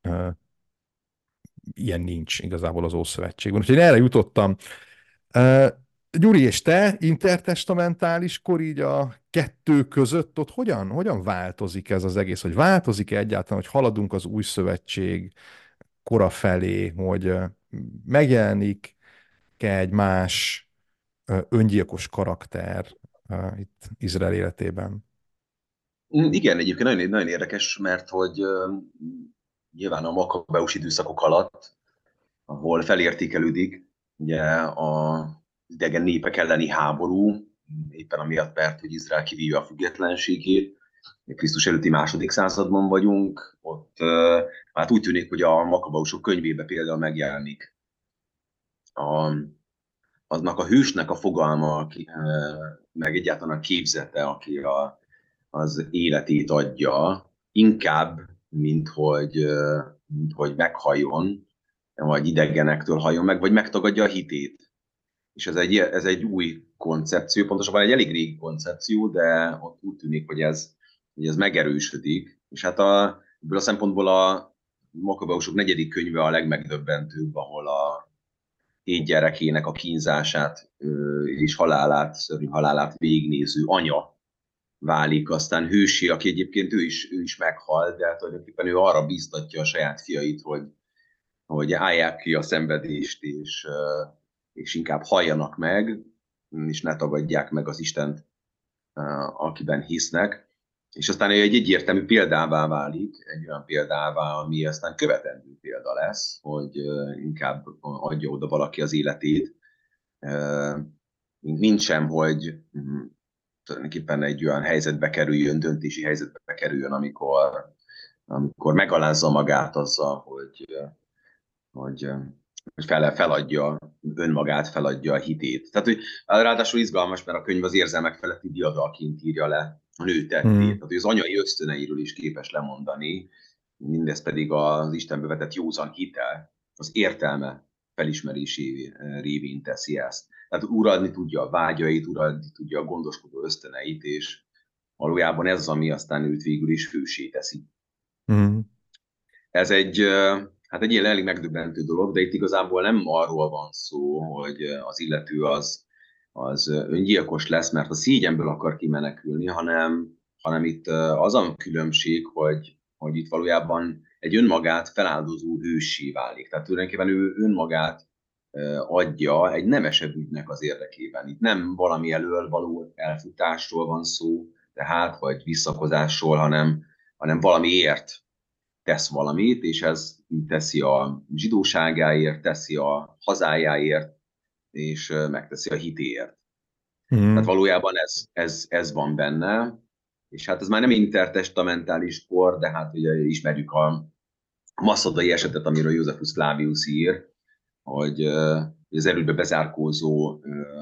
ilyen nincs igazából az Ószövetségben. Úgyhogy én erre jutottam. Gyuri, és te intertestamentális kor így a kettő között ott hogyan változik ez az egész, hogy változik-e egyáltalán, hogy haladunk az új szövetség kora felé, hogy megjelenik-e egy más öngyilkos karakter itt Izrael életében?
Igen, egyébként nagyon, nagyon érdekes, mert hogy nyilván a makabeus időszakok alatt, ahol felértékelődik ugye a idegen népek elleni háború, éppen amiatt, mert hogy Izrael kivívja a függetlenségét, Krisztus előtti második században vagyunk, ott hát úgy tűnik, hogy a makabeusok könyvébe például megjelenik a, aznak a hősnek a fogalma, meg egyáltalán a képzete, aki az életét adja, inkább, mint hogy meghalljon, vagy idegenektől halljon meg, vagy megtagadja a hitét. És ez egy új koncepció, pontosabban egy elég régi koncepció, de ott úgy tűnik, hogy ez megerősödik. És hát ebből a szempontból a Makabeusok negyedik könyve a legmegdöbbentőbb, ahol gyerekének a kínzását és halálát, szörnyű halálát végignéző anya válik aztán hősé, aki egyébként ő is meghal, de tulajdonképpen ő arra bíztatja a saját fiait, hogy állják ki a szenvedést, és inkább halljanak meg, és ne tagadják meg az Istent, akiben hisznek. És aztán egy egyértelmű példává válik, egy olyan példává, ami aztán követendő példa lesz, hogy inkább adja oda valaki az életét, mint sem, hogy tulajdonképpen egy olyan helyzetbe kerüljön, döntési helyzetbe kerüljön, amikor megalázza magát azzal, hogy, hogy feladja önmagát, feladja a hitét. Tehát, hogy ráadásul izgalmas, mert a könyv az érzelmek feletti diadalként írja le a nő tettét.
Mm.
Tehát, hogy az anyai ösztöneiről is képes lemondani, mindez pedig az Istenbe vetett józan hitel, az értelme felismerésé révén teszi ezt. Tehát uralni tudja a vágyait, uralni tudja a gondoskodó ösztöneit, és valójában ez az, ami aztán őt végül is hőssé teszi.
Mm.
Ez egy ilyen elég megdöbbentő dolog, de itt igazából nem arról van szó, hogy az illető az öngyilkos lesz, mert a szégyenből akar kimenekülni, hanem itt az a különbség, hogy itt valójában egy önmagát feláldozó hőssé válik. Tehát tulajdonképpen ő önmagát adja egy nemesebb ügynek az érdekében. Itt nem valami elől való elfutásról van szó, tehát, vagy visszakozásról, hanem valamiért tesz valamit, és ez teszi a zsidóságáért, teszi a hazájáért, és megteszi a hitéért. Tehát
Mm.
valójában ez van benne, és hát ez már nem intertestamentális kor, de hát ugye ismerjük a masszadai esetet, amiről Josephus Flavius ír, hogy az erődbe bezárkózó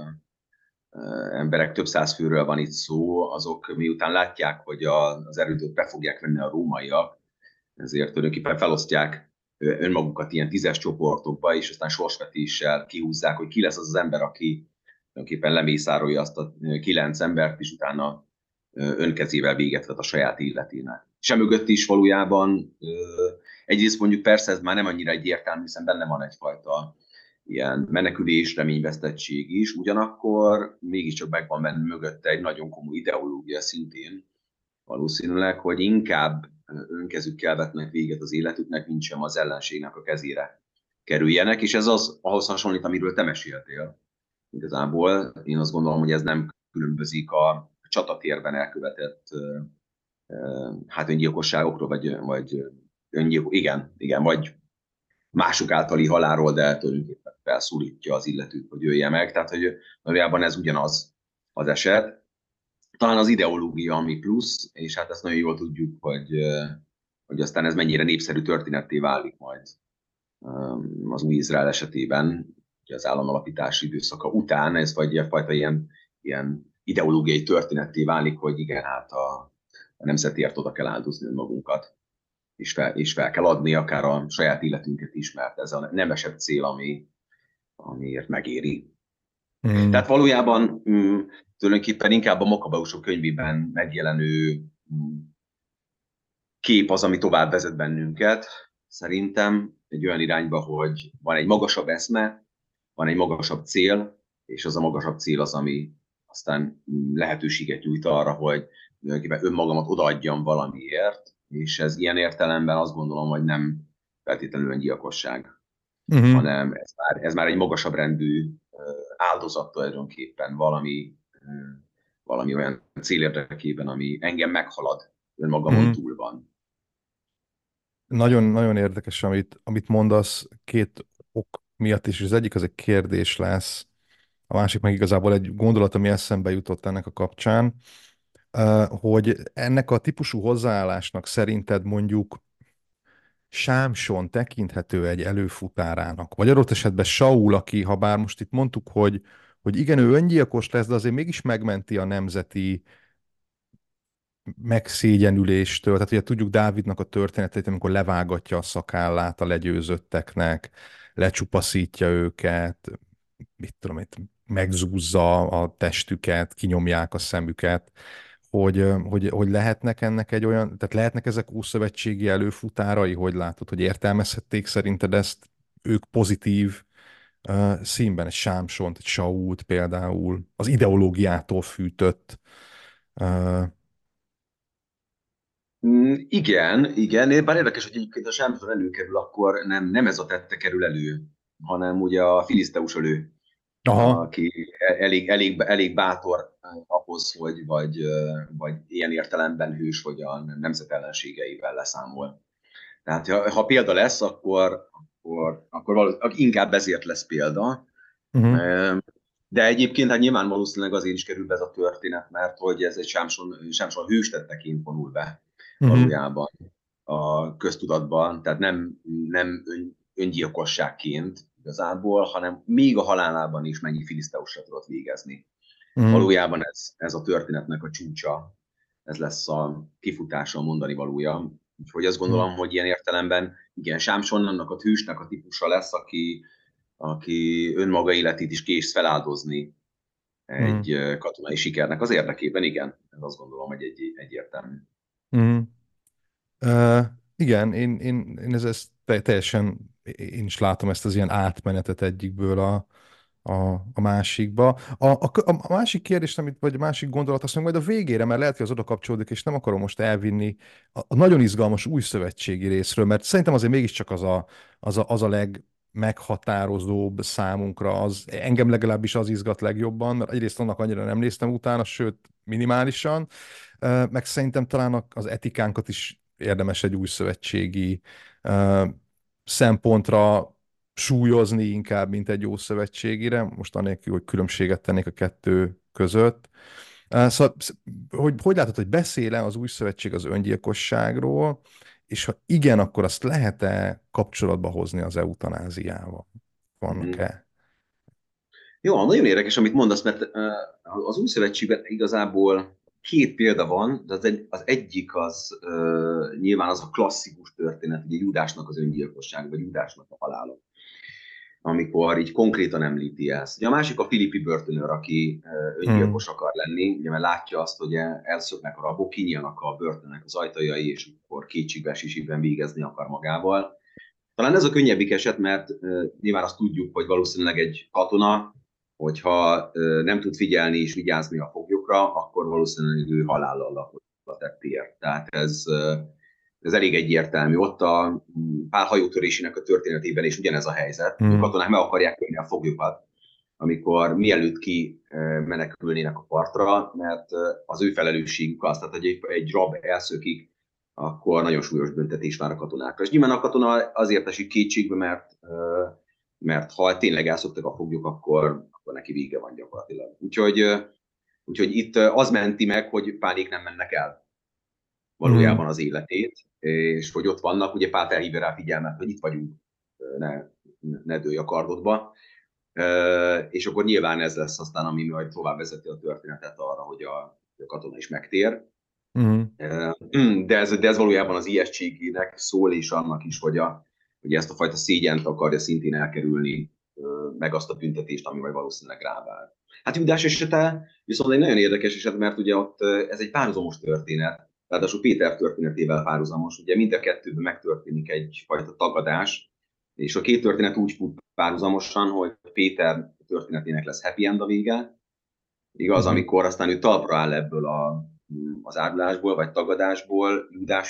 emberek, több száz főről van itt szó, azok miután látják, hogy az erődöt be fogják venni a rómaiak, ezért tulajdonképpen felosztják önmagukat ilyen 10-es csoportokba, és aztán sorsvetéssel kihúzzák, hogy ki lesz az az ember, aki tulajdonképpen lemészárolja azt a 9 embert, és utána önkezével véget vet a saját életének. És emögött is valójában egyrészt mondjuk persze ez már nem annyira egyértelmű, hiszen benne van egyfajta ilyen menekülés, reményvesztettség is, ugyanakkor mégiscsak megvan benne mögötte egy nagyon komoly ideológia szintén, valószínűleg, hogy inkább önkezükkel vetnek véget az életüknek, mint sem az ellenségnek a kezére kerüljenek, és ez az ahhoz hasonlít, amiről te meséltél. Igazából én azt gondolom, hogy ez nem különbözik a csatatérben elkövetett öngyilkosságokról, vagy igen, vagy mások általi halálról, de tulajdonképpen felszólítja az illetőt, hogy jöjje meg. Tehát, hogy valójában ez ugyanaz az eset. Talán az ideológia, ami plusz, és hát ezt nagyon jól tudjuk, hogy aztán ez mennyire népszerű történetté válik majd az új Izrael esetében, ugye az államalapítási időszaka után, ez vagy egyfajta ilyen ideológiai történetté válik, hogy igen, hát a nemzetért oda kell áldozni önmagunkat, és fel kell adni akár a saját életünket is, mert ez a nemesebb cél, amiért megéri.
Mm.
Tehát valójában tulajdonképpen inkább a Makabeusok könyvében megjelenő kép az, ami tovább vezet bennünket. Szerintem egy olyan irányba, hogy van egy magasabb eszme, van egy magasabb cél, és az a magasabb cél az, ami aztán lehetőséget nyújt arra, hogy önmagamat odaadjam valamiért, és ez ilyen értelemben azt gondolom, hogy nem feltétlenül öngyilkosság,
Mm.
hanem ez már egy magasabb rendű áldozat tulajdonképpen valami olyan cél érdekében, ami engem meghalad, önmagamon
Mm.
túl van.
Nagyon, nagyon érdekes, amit mondasz, két ok miatt is. Az egyik az egy kérdés lesz, a másik meg igazából egy gondolat, ami eszembe jutott ennek a kapcsán, hogy ennek a típusú hozzáállásnak szerinted mondjuk Sámson tekinthető egy előfutárának, vagy adott esetben Saul, aki, ha bár most itt mondtuk, hogy igen, ő öngyilkos lesz, de azért mégis megmenti a nemzeti megszégyenüléstől. Tehát ugye tudjuk Dávidnak a történetét, amikor levágatja a szakállát a legyőzötteknek, lecsupaszítja őket, mit tudom, itt megzúzza a testüket, kinyomják a szemüket, hogy lehetnek ennek egy olyan, tehát lehetnek ezek ószövetségi előfutárai, hogy látod, hogy értelmezhették szerinted ezt ők pozitív színben, egy Sámsont, egy Sault például, az ideológiától fűtött. Uh,
Igen, igen, bár érdekes, hogy egyébként a Sámson előkerül, akkor nem ez a tette kerül elő, hanem ugye a Filiszteus ölő,
aha.
aki elég bátor ahhoz, hogy vagy ilyen értelemben hős, hogy a nemzet ellenségeivel leszámol. Tehát ha példa lesz, akkor valószínűleg inkább ezért lesz példa.
Uh-huh.
De egyébként hát nyilván valószínűleg azért is kerül be ez a történet, mert hogy ez egy Sámson hőstetteként vonul be
Uh-huh.
valójában a köztudatban, tehát nem öngyilkosságként igazából, hanem még a halálában is mennyi filiszteusra tudott végezni.
Uh-huh.
Valójában ez a történetnek a csúcsa, ez lesz a kifutása, a mondani valója. Úgyhogy azt
Uh-huh.
gondolom, hogy ilyen értelemben igen, Sámson annak a hősnek a típusa lesz, aki önmaga életét is kész feláldozni
Uh-huh.
egy katonai sikernek az érdekében, igen. Ez azt gondolom, hogy egyértelmű.
Uh-huh. Igen, én ezt teljesen, én is látom ezt az ilyen átmenetet egyikből a másikba. A másik kérdés, vagy a másik gondolat, azt mondom, majd a végére, mert lehet, hogy az oda kapcsolódik, és nem akarom most elvinni a nagyon izgalmas új szövetségi részről, mert szerintem azért mégiscsak az a legmeghatározóbb számunkra, engem legalábbis az izgat legjobban, mert egyrészt annak annyira nem néztem utána, sőt, minimálisan, meg szerintem talán az etikánkat is érdemes egy új szövetségi szempontra súlyozni inkább, mint egy jó szövetségire, most anélkül, hogy különbséget tennék a kettő között. Szóval, hogy látod, hogy beszél-e az új szövetség az öngyilkosságról, és ha igen, akkor azt lehet-e kapcsolatba hozni az eutanáziával?
Mhm.
Vannak-e?
Jó, nagyon érdekes, amit mondasz, mert az új szövetségben igazából két példa van, de az egyik az nyilván az a klasszikus történet, ugye Júdásnak az öngyilkosság, vagy Júdásnak a halála, amikor így konkrétan említi ezt. Ugye a másik a Filippi börtönőr, aki
Hmm.
öngyilkos akar lenni, ugye mert látja azt, hogy elszöknek a rabok, kinyílnak a börtönnek az ajtajai, és akkor kétségbeesésében végezni akar magával. Talán ez a könnyebbik eset, mert nyilván azt tudjuk, hogy valószínűleg egy katona, hogyha nem tud figyelni és vigyázni a foglyokra, akkor valószínűleg ő halállal a tettéért. Tehát ez elég egyértelmű. Ott a Pál hajótörésének a történetében is ugyanez a helyzet, hogy a
Hmm.
katonák meg akarják ölni a foglyokat, amikor mielőtt ki menekülnének a partra, mert az ő felelősségük az, tehát hogy egy rab elszökik, akkor nagyon súlyos büntetés vár a katonákra. És nyilván a katona azért esik kétségbe, mert ha tényleg elszoktak a foglyok, akkor neki vége van gyakorlatilag. Úgyhogy itt az menti meg, hogy Pálék nem mennek el
Hmm.
valójában az életét, és hogy ott vannak, ugye Pál felhívja rá figyelmet, hogy itt vagyunk, ne, ne dőlj a kardodba, és akkor nyilván ez lesz aztán, ami majd tovább vezeti a történetet arra, hogy a katona is megtér.
Hmm.
De ez valójában az ijesztségének szól, és annak is, hogy ezt a fajta szégyent akarja szintén elkerülni, meg azt a büntetést, ami majd valószínűleg rávár. Hát Júdás esete viszont egy nagyon érdekes eset, mert ugye ott ez egy párhuzamos történet, ráadásul Péter történetével párhuzamos, ugye mind a kettőben megtörténik egyfajta tagadás, és a két történet úgy fut párhuzamosan, hogy Péter történetének lesz happy end a vége, igaz,
Hmm.
amikor aztán ő talpra áll ebből az árulásból, vagy tagadásból,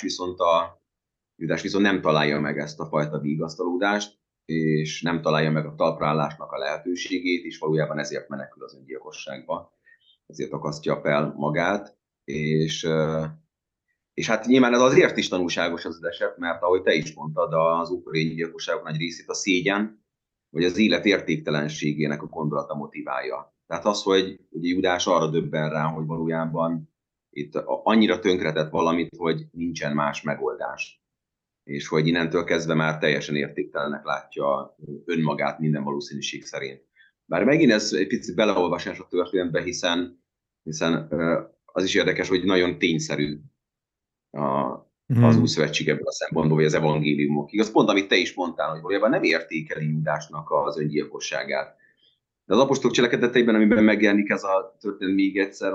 Júdás viszont nem találja meg ezt a fajta vigasztalódást, és nem találja meg a talpraállásnak a lehetőségét, és valójában ezért menekül az öngyilkosságba, ezért akasztja fel magát, és hát nyilván ez azért is tanulságos az eset, mert ahogy te is mondtad, az ukrajnai gyilkosságok nagy részét a szégyen, vagy az élet értéktelenségének a gondolata motiválja. Tehát az, hogy ugye Judás arra döbben rá, hogy valójában itt annyira tönkretett valamit, hogy nincsen más megoldás. És hogy innentől kezdve már teljesen értéktelennek látja önmagát minden valószínűség szerint. Bár megint ez egy picit beleolvasás a történetbe, hiszen az is érdekes, hogy nagyon tényszerű a, az új
Hmm.
szövetség ebből a szempontból, vagy az evangéliumok. Igaz, pont amit te is mondtál, hogy valójában nem értékeli Júdásnak az öngyilkosságát. De az apostolok cselekedeteiben, amiben megjelenik ez a történet még egyszer,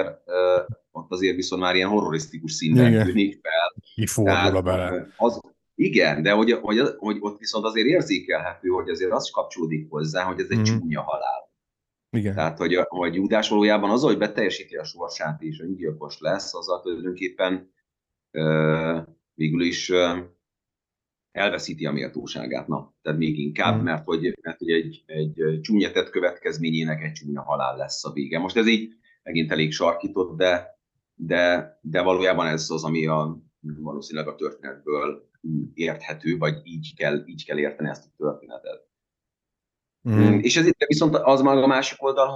ott azért viszont már ilyen horrorisztikus színben
Igen,
tűnik fel.
kifordul a
Tehát
bele.
az, Igen, de hogy ott viszont azért érzékelhető, hogy azért az kapcsolódik hozzá, hogy ez egy
Mhm.
csúnya halál.
Igen.
Tehát, hogy Júdás valójában az, hogy beteljesíti a sorsát és öngyilkos lesz, azzal tulajdonképpen ö, végül is elveszíti a méltóságát. Na, tehát még inkább,
Mhm.
mert hogy egy csúnya tett következményének egy csúnya halál lesz a vége. Most ez így megint elég sarkított, de valójában ez az, ami valószínűleg a történetből érthető, vagy így kell érteni ezt a történetet.
Mhm.
És ez itt viszont az már a másik oldal,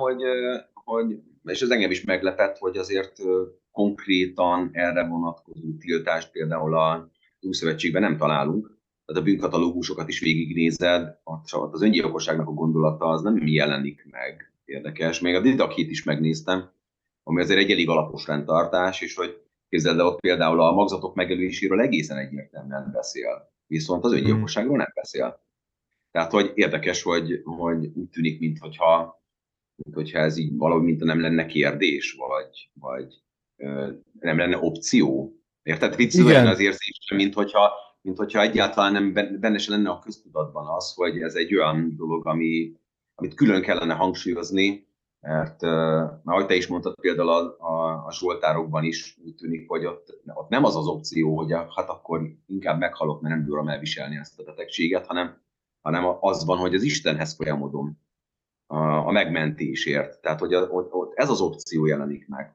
és ez engem is meglepett, hogy azért konkrétan erre vonatkozó tiltást például az Újszövetségben nem találunk. Tehát a bűnkatalógusokat is végignézed, ott az öngyilkosságnak a gondolata az nem jelenik meg. Érdekes. Még a Didakit is megnéztem, ami azért egy elég alapos rendtartás, és hogy képzeld el, ott például a magzatok megöléséről egészen egyértelműen beszél, viszont az
Mhm.
öngyilkosságról nem beszél. Tehát, hogy érdekes, hogy úgy tűnik, minthogyha ez így valahogy mint nem lenne kérdés, vagy nem lenne opció. Érted? Vicc, olyan az
Igen.
érzésem, minthogyha egyáltalán nem benne se lenne a köztudatban az, hogy ez egy olyan dolog, amit külön kellene hangsúlyozni, mert ahogy te is mondtad, például a Zsoltárokban is úgy tűnik, hogy ott nem az az opció, hogy hát akkor inkább meghalok, mert nem bírom elviselni ezt a betegséget, hanem az van, hogy az Istenhez folyamodom a megmentésért. Tehát, hogy ott ez az opció jelenik meg,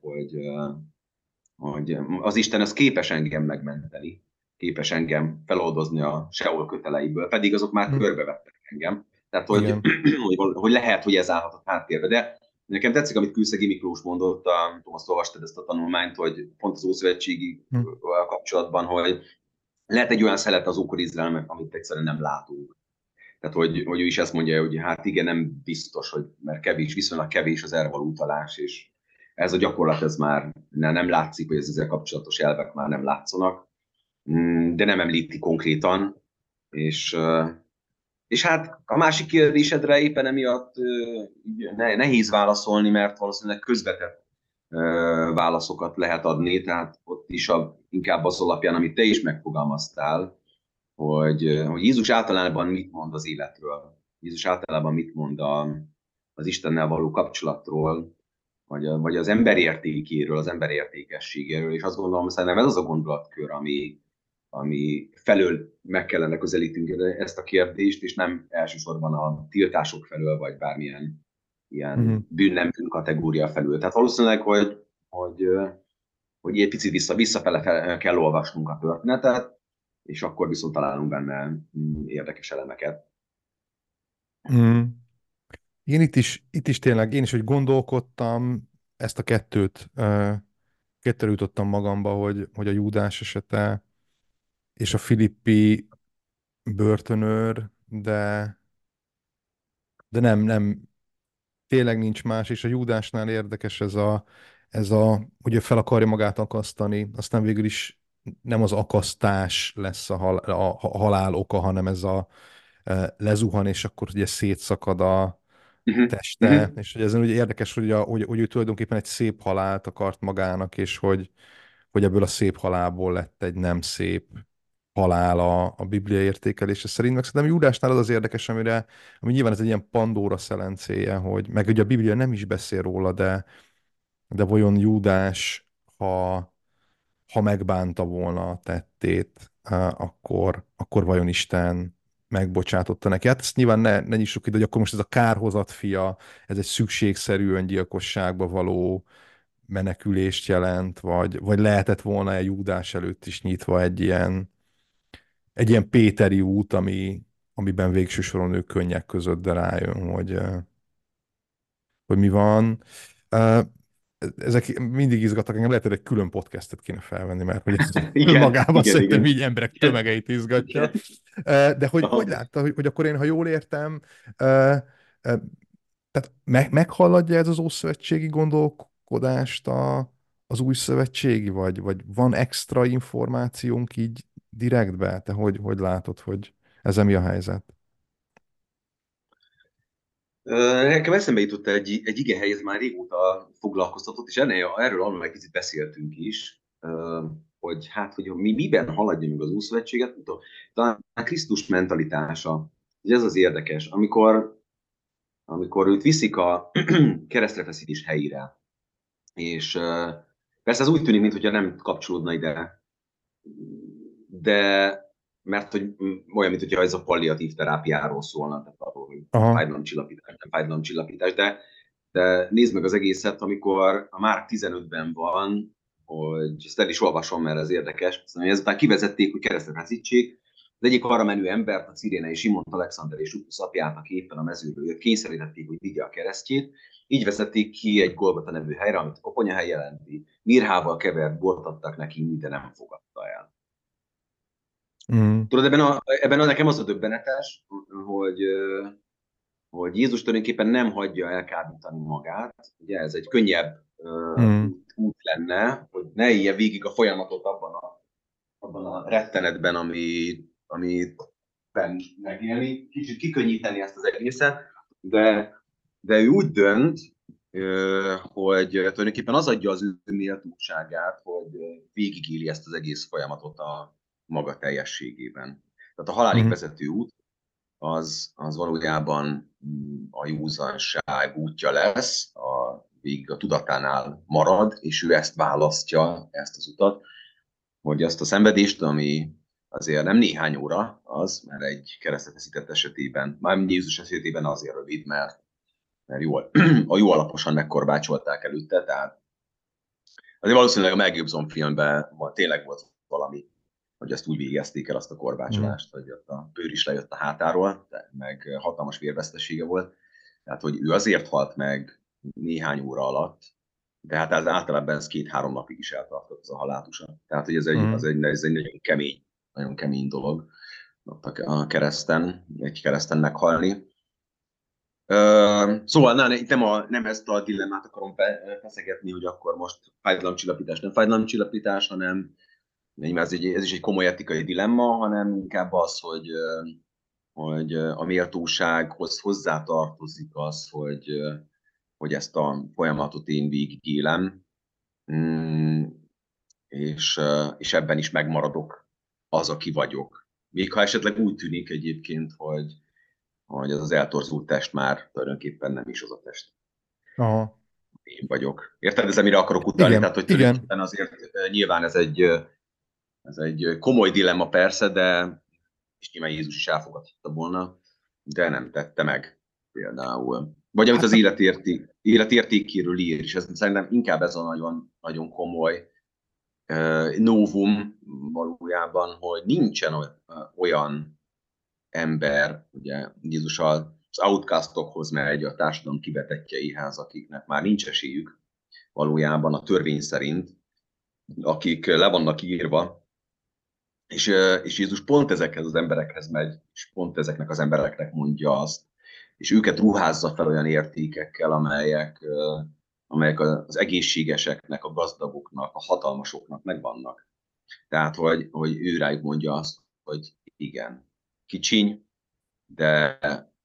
hogy az Isten az képes engem megmenteni, képes engem feloldozni a Seol köteleiből, pedig azok már
Mhm.
körbevettek engem. Tehát, hogy,
Igen.
hogy lehet, hogy ez állhat a háttérbe. De nekem tetszik, amit Kőszegi Miklós mondott, azt olvastad ezt a tanulmányt, hogy pont az Ószövetségi
Mhm.
kapcsolatban, hogy lehet egy olyan szelet az ókor Izraelnek, amit egyszerűen nem látunk. Tehát, hogy ő is ezt mondja, hogy hát igen, nem biztos, hogy mert kevés, viszonylag kevés az erre való utalás, és ez a gyakorlat, ez már nem látszik, hogy ez ezzel kapcsolatos elvek már nem látszanak, de nem említi konkrétan, és, és hát a másik kérdésedre éppen emiatt nehéz válaszolni, mert valószínűleg közvetett válaszokat lehet adni, tehát ott is inkább az alapján, amit te is megfogalmaztál, hogy Jézus általában mit mond az életről. Jézus általában mit mond az Istennel való kapcsolatról, vagy az ember értékéről, az ember értékességéről, és azt gondolom, szerintem ez az a gondolatkör, ami felől meg kellene közelítünk ezt a kérdést, és nem elsősorban a tiltások felől, vagy bármilyen
Mhm.
ilyen bűn nem bűn kategória felül. Tehát valószínűleg, hogy, hogy egy picit visszafele kell olvasnunk a történetet, és akkor viszont találunk benne érdekes elemeket.
Mhm. Én itt is tényleg, én is, hogy gondolkodtam, ezt a kettőre jutottam magamba, hogy a Júdás esete és a filippi börtönőr, de nem, tényleg nincs más, és a Júdásnál érdekes hogy ő fel akarja magát akasztani, aztán végül is nem az akasztás lesz a halál oka, hanem ez lezuhan, és akkor ugye szétszakad a
Uh-huh.
teste,
Uh-huh.
és hogy ezen ugye érdekes, hogy ő tulajdonképpen egy szép halált akart magának, és hogy ebből a szép halálból lett egy nem szép halál a Biblia értékelése szerint. Meg szerintem Júdásnál az érdekes, ami nyilván ez egy ilyen Pandóra szelencéje, hogy meg ugye a Biblia nem is beszél róla, de vajon Júdás, ha megbánta volna a tettét, akkor vajon Isten megbocsátotta neki. Hát ezt nyilván ne nyissuk ide, hogy akkor most ez a kárhozat fia, ez egy szükségszerű öngyilkosságba való menekülést jelent, vagy lehetett volna egy Júdás előtt is nyitva egy ilyen Péteri út, amiben végső soron ő könnyek között de rájön, hogy mi van. Uh, Ezek mindig izgatnak engem, lehet, hogy egy külön podcastet kéne felvenni, mert hogy ez
Igen,
önmagában
igen,
szerintem
igen.
így emberek
Igen,
tömegeit izgatja.
igen.
De hogy
Aha.
látta, hogy akkor én, ha jól értem, tehát meghaladja ez az ószövetségi gondolkodást az új szövetségi, vagy van extra információnk így direktbe? Te hogy látod, hogy ez mi a helyzet?
Nekem eszembe jutott egy igehely, ez már régóta foglalkoztatott, és erről egy picit beszéltünk is, hogy hát, hogy mi miben haladja meg az Ószövetséget, nem tudom, talán a Krisztus mentalitása, hogy ez az érdekes, amikor őt viszik a keresztrefeszítés helyére, és persze ez úgy tűnik, mintha nem kapcsolódna ide, de mert hogy olyan, mint hogyha ez a palliatív terápiáról szólna, tehát arról, hogy
Aha.
fájdalomcsillapítás, nem fájdalomcsillapítás, de nézd meg az egészet, amikor a Márk 15-ben van, hogy ezt el is olvasom, mert ez érdekes, szóval ezután kivezették, hogy keresztre feszítsék, az egyik arra menő embert, a Cirénei Simont, Alexander és Rufus apját, aki éppen a mezőről jött, kényszerítették, hogy vigye a keresztjét. Így vezették ki egy Golgota nevű helyre, amit a koponyahely jelenti. Mirhával kevert bort adtak neki, de nem fogadta el.
Mm.
Tudod, ebben nekem az a döbbenetes, hogy, hogy Jézus tulajdonképpen nem hagyja elkábítani magát. Ugye ez egy könnyebb
Mm.
út lenne, hogy ne élje végig a folyamatot abban a rettenetben, amit megélni, kicsit kikönnyíteni ezt az egészet, de ő úgy dönt, hogy tulajdonképpen az adja az ő méltóságát, hogy végigéli ezt az egész folyamatot a maga teljességében. Tehát a halálig
Mm.
vezető út az valójában a józanság útja lesz, végig a tudatánál marad, és ő ezt választja, ezt az utat, hogy azt a szenvedést, ami azért nem néhány óra az, mert egy keresztfeszített esetében, mármint Jézus esetében azért rövid, mert jól, a jó alaposan megkorbácsolták előtte, tehát azért valószínűleg a Mel Gibson filmben tényleg volt valami, hogy ezt úgy végezték el azt a
Mm.
korbácsolást, hogy ott a bőr is lejött a hátáról, meg hatalmas vérvesztesége volt. Tehát, hogy ő azért halt meg néhány óra alatt, de hát ez általában ez 2-3 napig is eltartott az a halátusa. Tehát, hogy
Mm.
ez egy nagyon kemény dolog ott a kereszten, egy kereszten meghalni. Szóval itt nem ezt a dilemmát akarom feszegetni, hogy akkor most fájdalomcsillapítás, nem fájdalomcsillapítás, hanem ez is egy komoly etikai dilemma, hanem inkább az, hogy a méltósághoz hozzátartozik az, hogy ezt a folyamatot én végigélem, mm, és ebben is megmaradok az, aki vagyok. Még ha esetleg úgy tűnik egyébként, hogy az eltorzult test már tulajdonképpen nem is az a test.
Aha.
Én vagyok. Érted, ez mire akarok utalni?
Igen,
Tehát, hogy
igen.
tulajdonképpen azért nyilván ez egy komoly dilemma persze, de és nyilván Jézus is elfogadhatta volna, de nem tette meg például. Vagy amit
Hát
az életértékéről ír, és ez szerintem inkább ez a nagyon, nagyon komoly novum valójában, hogy nincsen olyan ember, ugye Jézus az outcastokhoz megy, a társadalom kibetettjeihez, akiknek már nincs esélyük valójában a törvény szerint, akik le vannak írva, és Jézus pont ezekhez az emberekhez megy, és pont ezeknek az embereknek mondja azt, és őket ruházza fel olyan értékekkel, amelyek az egészségeseknek, a gazdagoknak, a hatalmasoknak megvannak. Tehát, hogy ő rájuk mondja azt, hogy igen, kicsiny, de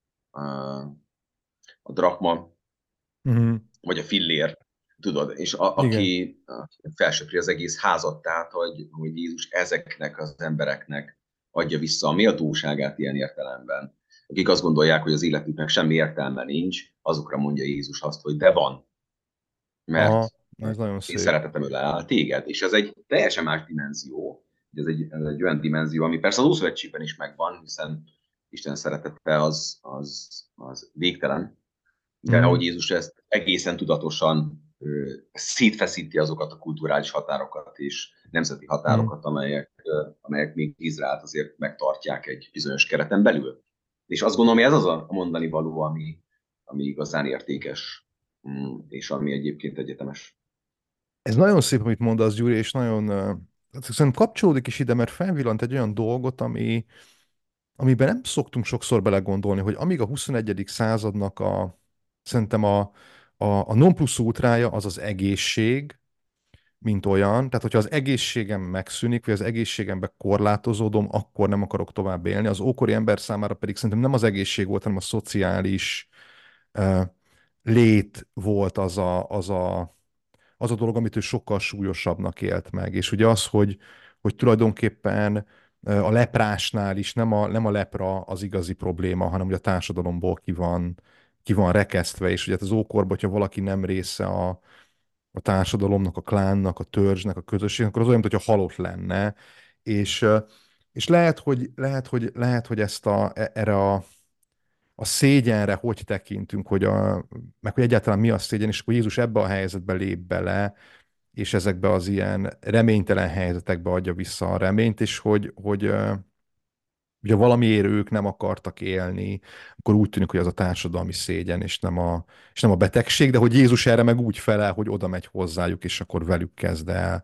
a drakma,
Mhm.
vagy a fillér, tudod, és
Igen.
aki felsöpri az egész házat, tehát, hogy Jézus ezeknek az embereknek adja vissza a méltóságát ilyen értelemben. Akik azt gondolják, hogy az életüknek semmi értelme nincs, azokra mondja Jézus azt, hogy de van, mert
Aha, ez nagyon
én
szép.
szeretetem ölel téged, és ez egy teljesen más dimenzió, ez egy olyan dimenzió, ami persze az Ószövetségben is megvan, hiszen Isten szeretete az végtelen, de hogy
Mhm.
Jézus ezt egészen tudatosan szétfeszíti azokat a kulturális határokat és nemzeti
Mhm.
határokat, amelyek még Izraelt azért megtartják egy bizonyos kereten belül. És azt gondolom, hogy ez az a mondani való, ami igazán értékes, és ami egyébként egyetemes.
Ez nagyon szép, amit mondasz, Gyuri, és nagyon, hát szerintem kapcsolódik is ide, mert felvillant egy olyan dolgot, amiben nem szoktunk sokszor belegondolni, hogy amíg a 21. századnak szerintem a non plus ultrája az az egészség, mint olyan. Tehát, hogyha az egészségem megszűnik, vagy az egészségembe korlátozódom, akkor nem akarok tovább élni. Az ókori ember számára pedig szerintem nem az egészség volt, hanem a szociális uh, lét volt az a dolog, amit ő sokkal súlyosabbnak élt meg. És ugye az, hogy tulajdonképpen a leprásnál is nem a lepra az igazi probléma, hanem hogy a társadalomból ki van rekesztve, és ugye hát az ókorban, hogyha valaki nem része a társadalomnak, a klánnak, a törzsnek, a közösségnek, akkor az olyan, mintha halott lenne, és, és lehet, hogy erre a szégyenre hogy tekintünk, meg hogy egyáltalán mi a szégyen, és akkor Jézus ebbe a helyzetbe lép bele, és ezekbe az ilyen reménytelen helyzetekbe adja vissza a reményt, és hogy ugye valamiért ők nem akartak élni, akkor úgy tűnik, hogy az a társadalmi szégyen, és nem a betegség, de hogy Jézus erre meg úgy felel, hogy oda megy hozzájuk, és akkor velük kezd el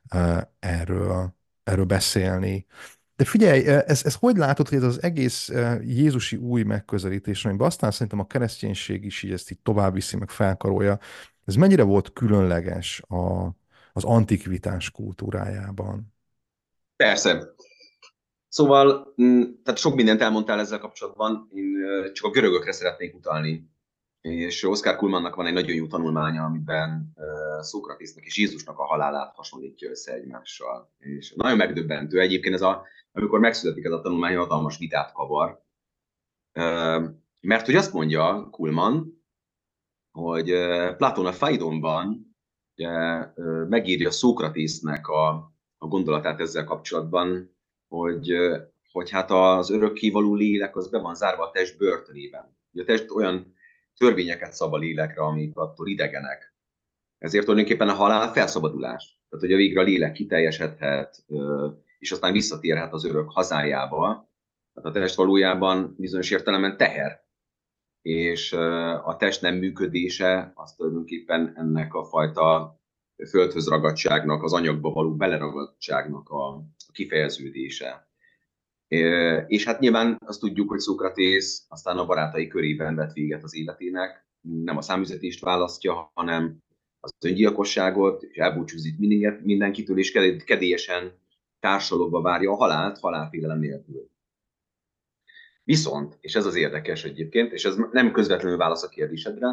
erről beszélni. De figyelj, ez hogy látod, hogy ez az egész jézusi új megközelítés, amiben aztán szerintem a kereszténység is így ezt így tovább viszi, meg felkarolja, ez mennyire volt különleges az antikvitás kultúrájában?
Persze. Szóval, tehát sok mindent elmondtál ezzel kapcsolatban, én csak a görögökre szeretnék utalni. És Oscar Kuhlmannnak van egy nagyon jó tanulmánya, amiben Szókratisznak és Jézusnak a halálát hasonlítja össze egymással. És nagyon megdöbbentő. Egyébként amikor megszületik ez a tanulmány, hatalmas vitát kavar. Mert hogy azt mondja Kuhlmann, hogy Platón a Phaidonban ugye, megírja Szókratisznek a gondolatát ezzel kapcsolatban, hogy hát az örökkévaló lélek az be van zárva a test börtönében. Ugye a test olyan törvényeket szab a lélekre, amik attól idegenek. Ezért tulajdonképpen a halál felszabadulás. Tehát, hogy a végre a lélek kiteljesedhet, és aztán visszatérhet az örök hazájába. Tehát a test valójában bizonyos értelemben teher, és a test nem működése az tulajdonképpen ennek a fajta földhöz ragadtságnak, az anyagba való beleragadtságnak a kifejeződése. És hát nyilván azt tudjuk, hogy Szókratész aztán a barátai körében vett véget az életének, nem a számüzetést választja, hanem az öngyilkosságot, és elbúcsúzik mindenkitől, és kedélyesen társalogva várja a halált, halálfélelem nélkül. Viszont, és ez az érdekes egyébként, és ez nem közvetlenül válasz a kérdésedre,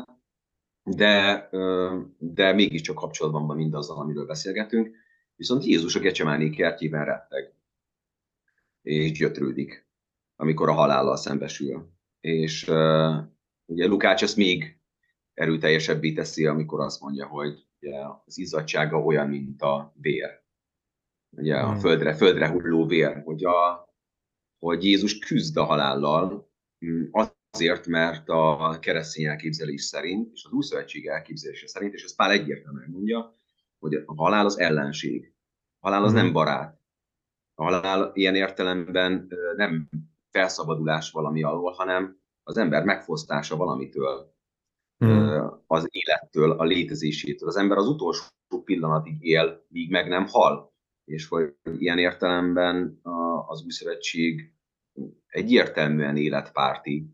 de mégiscsak kapcsolatban van mindazzal, amiről beszélgetünk, viszont Jézus a Gecsemáné kertjében retteg, és gyötrődik, amikor a halállal szembesül. És ugye Lukács ezt még erőteljesebbé teszi, amikor azt mondja, hogy ugye, az izzadsága olyan, mint a vér. Ugye a
Hmm.
földre hulló vér, hogy Jézus küzd a halállal, azért, mert a keresztény elképzelés szerint, és az Újszövetség elképzelése szerint, és ezt Pál egyértelműen mondja, hogy a halál az ellenség. A halál az nem
Hmm.
barát. A halál ilyen értelemben nem felszabadulás valami alól, hanem az ember megfosztása valamitől,
Hmm.
az élettől, a létezésétől. Az ember az utolsó pillanatig él, míg meg nem hal. És hogy ilyen értelemben az Újszövetség egyértelműen életpárti.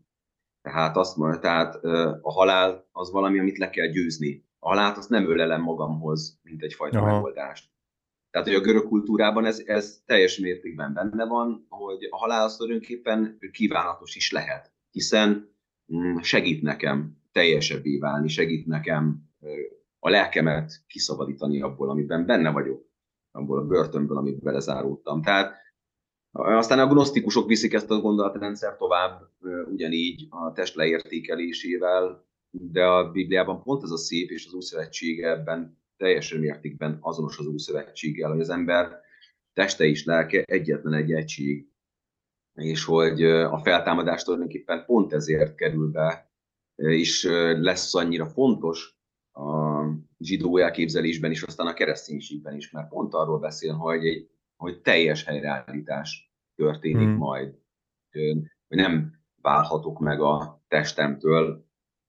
Tehát a halál az valami, amit le kell győzni. A halált azt nem ölelem magamhoz, mint egyfajta
Aha.
megoldást. Tehát, hogy a görög kultúrában ez teljes mértékben benne van, hogy a halál az tulajdonképpen kívánatos is lehet, hiszen segít nekem teljesebbé válni, segít nekem a lelkemet kiszabadítani abból, amiben benne vagyok, abból a börtönből, amiben belezáródtam. Tehát aztán a gnosztikusok viszik ezt a gondolatrendszer tovább, ugyanígy a test leértékelésével, de a Bibliában pont ez a szép, és az Újszövetség ebben teljes mértékben azonos az Újszövetséggel, hogy az ember teste és lelke egyetlen egy egység, és hogy a feltámadás tulajdonképpen pont ezért kerül be, és lesz annyira fontos a zsidó elképzelésben is, aztán a kereszténységben is, mert pont arról beszél, hogy teljes helyreállítás történik
Hmm.
majd, hogy nem válhatok meg a testemtől,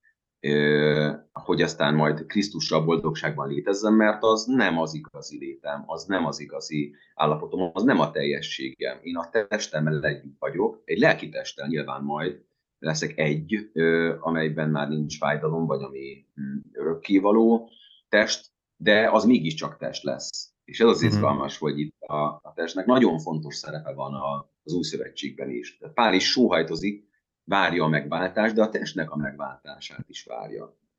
hogy aztán majd Krisztussal boldogságban létezzem, mert az nem az igazi létem, az nem az igazi állapotom, az nem a teljességem. Én a testemmel együtt vagyok, egy lelki testtel nyilván majd leszek egy, amelyben már nincs fájdalom, vagy ami örökkévaló test, de az mégiscsak test lesz. És ez az
Hmm.
izgalmas, hogy itt a testnek nagyon fontos szerepe van az új szövetségben is. Tehát Pál is sóhajtozik, várja a megváltást, de a testnek a megváltását is várja.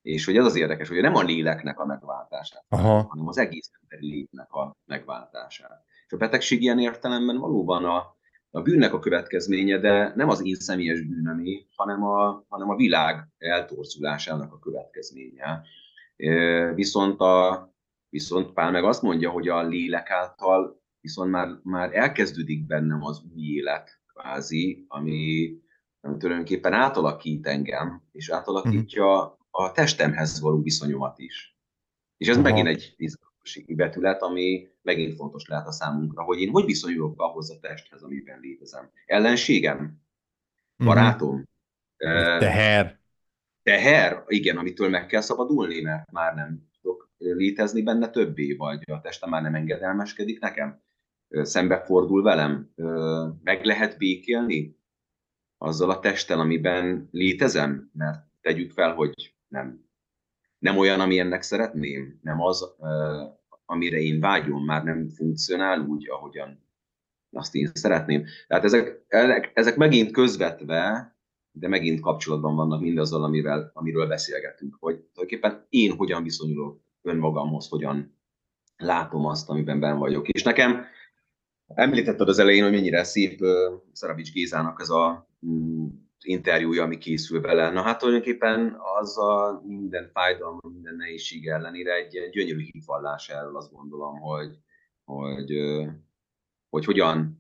És hogy ez az érdekes, hogy nem a léleknek a megváltását várja,
Aha.
hanem az egész emberi létnek a megváltását. És a betegség ilyen értelemben valóban a bűnnek a következménye, de nem az én személyes bűnömé, hanem a világ eltorzulásának a következménye. Viszont, viszont Pál meg azt mondja, hogy a lélek által viszont már elkezdődik bennem az új élet, kvázi, ami tulajdonképpen átalakít engem, és
Mhm.
átalakítja a testemhez való viszonyomat is. És ez megint
Aha.
egy izgalmassági betület, ami megint fontos lehet a számunkra, hogy én hogy viszonyulok ahhoz a testhez, amiben létezem. Ellenségem?
Mhm.
Barátom?
Vagy teher.
Teher? Igen, amitől meg kell szabadulni, mert már nem tudok létezni benne többé, vagy a testem már nem engedelmeskedik nekem. Szembefordul velem. Meg lehet békélni azzal a testtel, amiben létezem? Mert tegyük fel, hogy nem olyan, amilyennek szeretném, nem az, amire én vágyom, már nem funkcionál úgy, ahogyan azt én szeretném. Tehát ezek megint közvetve, de megint kapcsolatban vannak mindazzal, amiről beszélgetünk, hogy tulajdonképpen én hogyan viszonyulok önmagamhoz, hogyan látom azt, amiben ben vagyok. És nekem említetted az elején, hogy mennyire szép Szaravics Gézának ez a interjúja, ami készül vele. Na hát tulajdonképpen az a minden fájdalom, minden nehézség ellenére egy gyönyörű hitvallás erről, azt gondolom, hogy, hogy hogyan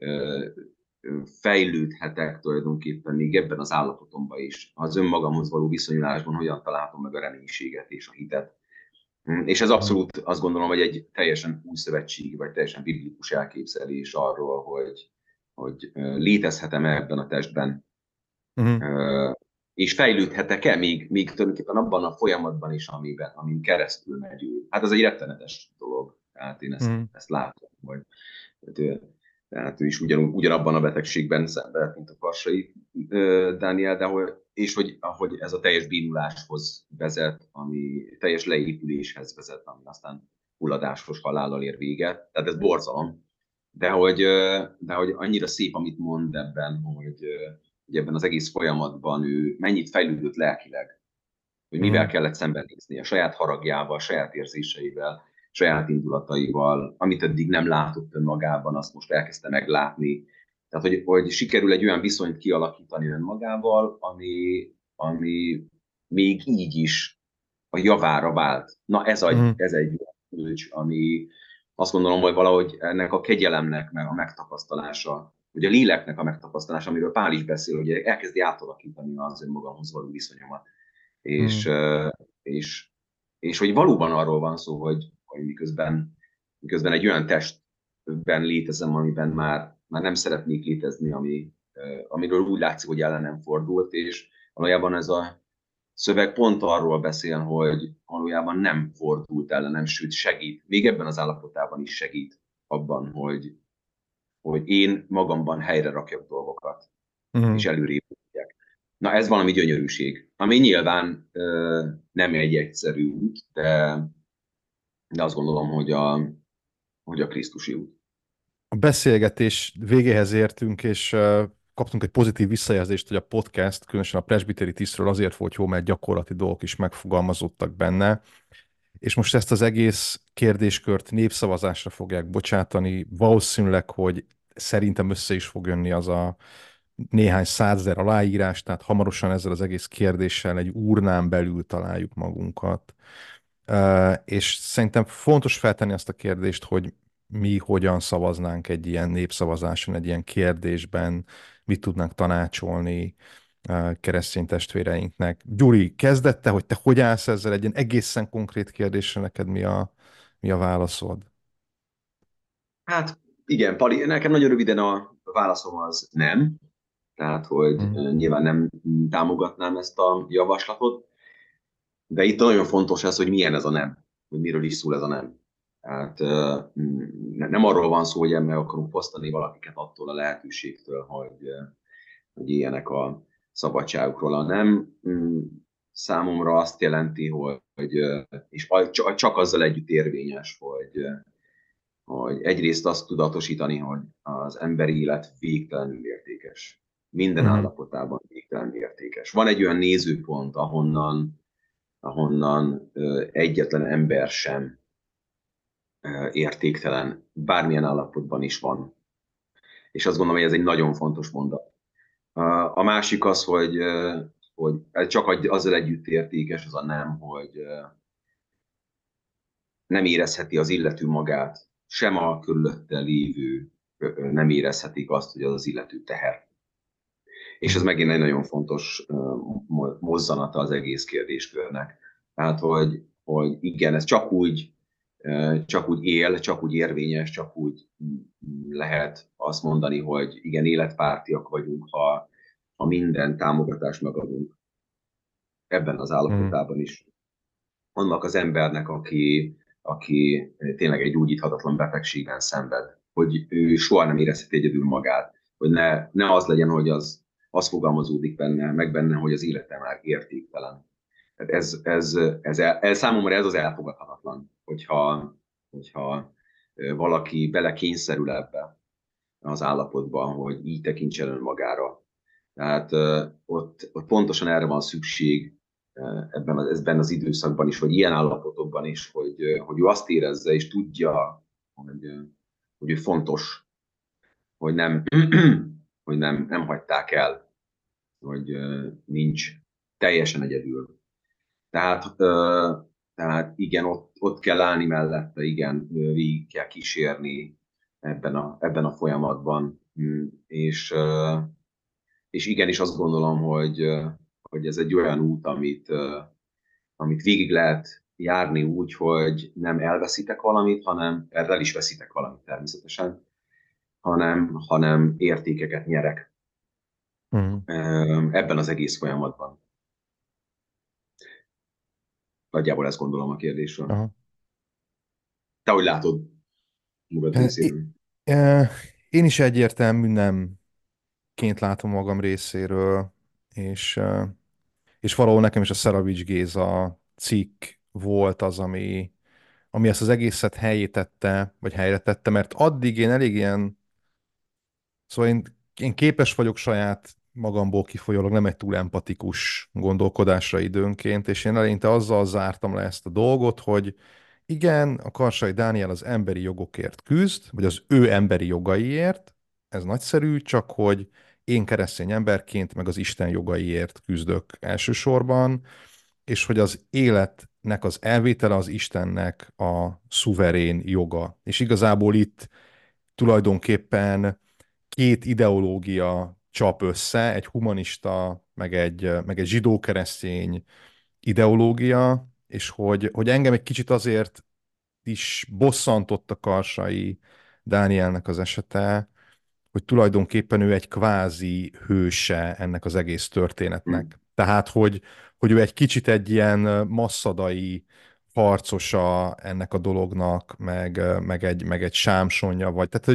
fejlődhetek tulajdonképpen még ebben az állapotomban is. Az önmagamhoz való viszonyulásban hogyan találhatom meg a reménységet és a hitet. És ez
Mhm.
abszolút azt gondolom, hogy egy teljesen új szövetségi, vagy teljesen biblikus elképzelés arról, hogy létezhetem-e ebben a testben,
Mhm.
és fejlődhetek-e még tulajdonképpen abban a folyamatban is, amin keresztül megy ő. Hát ez egy rettenetes dolog. Tehát én ezt,
Mhm.
ezt látom, hogy tehát ő is ugyanabban a betegségben szenvedett, mint a Karsai Dániel, és hogy ez a teljes bénuláshoz vezet, ami teljes leépüléshez vezet, ami aztán hulladásos halállal ér véget. Tehát ez borzalom. De hogy annyira szép, amit mond ebben, hogy ebben az egész folyamatban ő mennyit fejlődött lelkileg, hogy mivel
Mhm.
kellett szembenézni a saját haragjával, a saját érzéseivel, saját indulataival, amit eddig nem látott önmagában, azt most elkezdte meglátni. Tehát, hogy sikerül egy olyan viszonyt kialakítani önmagával, ami még így is a javára vált. Na
Mhm.
ez egy kulcs, ami azt gondolom, hogy valahogy ennek a kegyelemnek meg a megtapasztalása, ugye a léleknek a megtapasztalása, amiről Pál is beszél, hogy elkezdi átalakítani az önmagamhoz való viszonyomat és,
Mhm.
és, és hogy valóban arról van szó, hogy miközben egy olyan testben létezem, amiben már nem szeretnék létezni, amiről úgy látszik, hogy ellenem fordult, és valójában ez a szöveg pont arról beszél, hogy valójában nem fordult ellenem, sőt segít, még ebben az állapotában is segít abban, hogy én magamban helyre rakjak dolgokat és
Mhm.
előrébb vigyek. Na ez valami gyönyörűség, ami nyilván nem egy egyszerű út, de azt gondolom, hogy a Krisztusi út.
A beszélgetés végéhez értünk, és kaptunk egy pozitív visszajelzést, hogy a podcast, különösen a presbiteri tisztről azért volt jó, mert gyakorlati dolgok is megfogalmazódtak benne. És most ezt az egész kérdéskört népszavazásra fogják bocsátani. Valószínűleg, hogy szerintem össze is fog jönni az a néhány százezer aláírás, tehát hamarosan ezzel az egész kérdéssel egy urnán belül találjuk magunkat. És szerintem fontos feltenni azt a kérdést, hogy mi hogyan szavaznánk egy ilyen népszavazáson, egy ilyen kérdésben, mit tudnánk tanácsolni keresztény testvéreinknek. Gyuri, kezdette, hogy te hogy állsz ezzel egy ilyen egészen konkrét kérdésre, neked mi a válaszod?
Hát igen, Pali, nekem nagyon röviden a válaszom az nem, tehát hogy
Mm.
nyilván nem támogatnám ezt a javaslatot, de itt nagyon fontos ez, hogy milyen ez a nem, hogy miről is szól ez a nem. Tehát nem arról van szó, hogy meg akarunk fosztani valakiket attól a lehetőségtől, hogy éljenek a szabadságukról, hanem számomra azt jelenti, és csak azzal együtt érvényes, hogy egyrészt azt tudatosítani, hogy az emberi élet végtelenül értékes. Minden
Mhm.
állapotában végtelenül értékes. Van egy olyan nézőpont, ahonnan ahonnan egyetlen ember sem értéktelen, bármilyen állapotban is van. És azt gondolom, hogy ez egy nagyon fontos mondat. A másik az, hogy ez csak azzal együtt értékes, az a nem, hogy nem érezheti az illető magát, sem a körülötte lévő nem érezhetik azt, hogy az az illető teher. És ez
Mhm.
megint egy nagyon fontos mozzanata az egész kérdéskörnek. Tehát, hogy igen, ez csak úgy él, csak úgy érvényes, csak úgy lehet azt mondani, hogy igen, életpártiak vagyunk, ha minden támogatást megadunk ebben az
Mhm.
állapotában is. Annak az embernek, aki tényleg egy gyógyíthatatlan betegségen szenved, hogy ő soha nem érezheti egyedül magát, hogy ne az legyen, hogy az fogalmazódik benne, meg benne, hogy az élete már értéktelen. Tehát ez számomra ez az elfogadhatatlan, hogyha valaki belekényszerül ebbe az állapotban, hogy így tekintsen önmagára. Tehát ott pontosan erre van szükség ebben az időszakban is, vagy ilyen állapotokban is, hogy ő azt érezze és tudja, hogy ő fontos, hogy nem, hogy nem hagyták el, hogy nincs teljesen egyedül. Tehát, tehát igen, ott kell állni mellette, igen, végig kell kísérni ebben a folyamatban, és igenis azt gondolom, hogy ez egy olyan út, amit végig lehet járni úgy, hogy nem elveszitek valamit, hanem el is veszitek valamit természetesen, hanem értékeket nyerek
Mhm.
ebben az egész folyamatban. Nagyjából ezt gondolom a kérdésről.
Aha.
Te hogy látod magad
E, é-
részéről?
Én is egyértelmű nemként látom magam részéről, és, és valahol nekem is a Szeravics Géza cikk volt az, ami ezt az egészet helyé tette, vagy helyre tette, mert addig én elég ilyen, szóval én képes vagyok saját magamból kifolyólag nem egy túl empatikus gondolkodásra időnként, és én eleinte azzal zártam le ezt a dolgot, hogy igen, a Karsai Dániel az emberi jogokért küzd, vagy az ő emberi jogaiért, ez nagyszerű, csak hogy én keresztény emberként meg az Isten jogaiért küzdök elsősorban, és hogy az életnek az elvétele az Istennek a szuverén joga. És igazából itt tulajdonképpen két ideológia csap össze, egy humanista, meg egy zsidó-keresztény ideológia, és hogy engem egy kicsit azért is bosszantott a Karsai Dánielnek az esete, hogy tulajdonképpen ő egy kvázi hőse ennek az egész
Mm.
történetnek. Tehát, hogy ő egy kicsit egy ilyen masszadai harcosa ennek a dolognak, meg egy sámsonja, vagy tehát,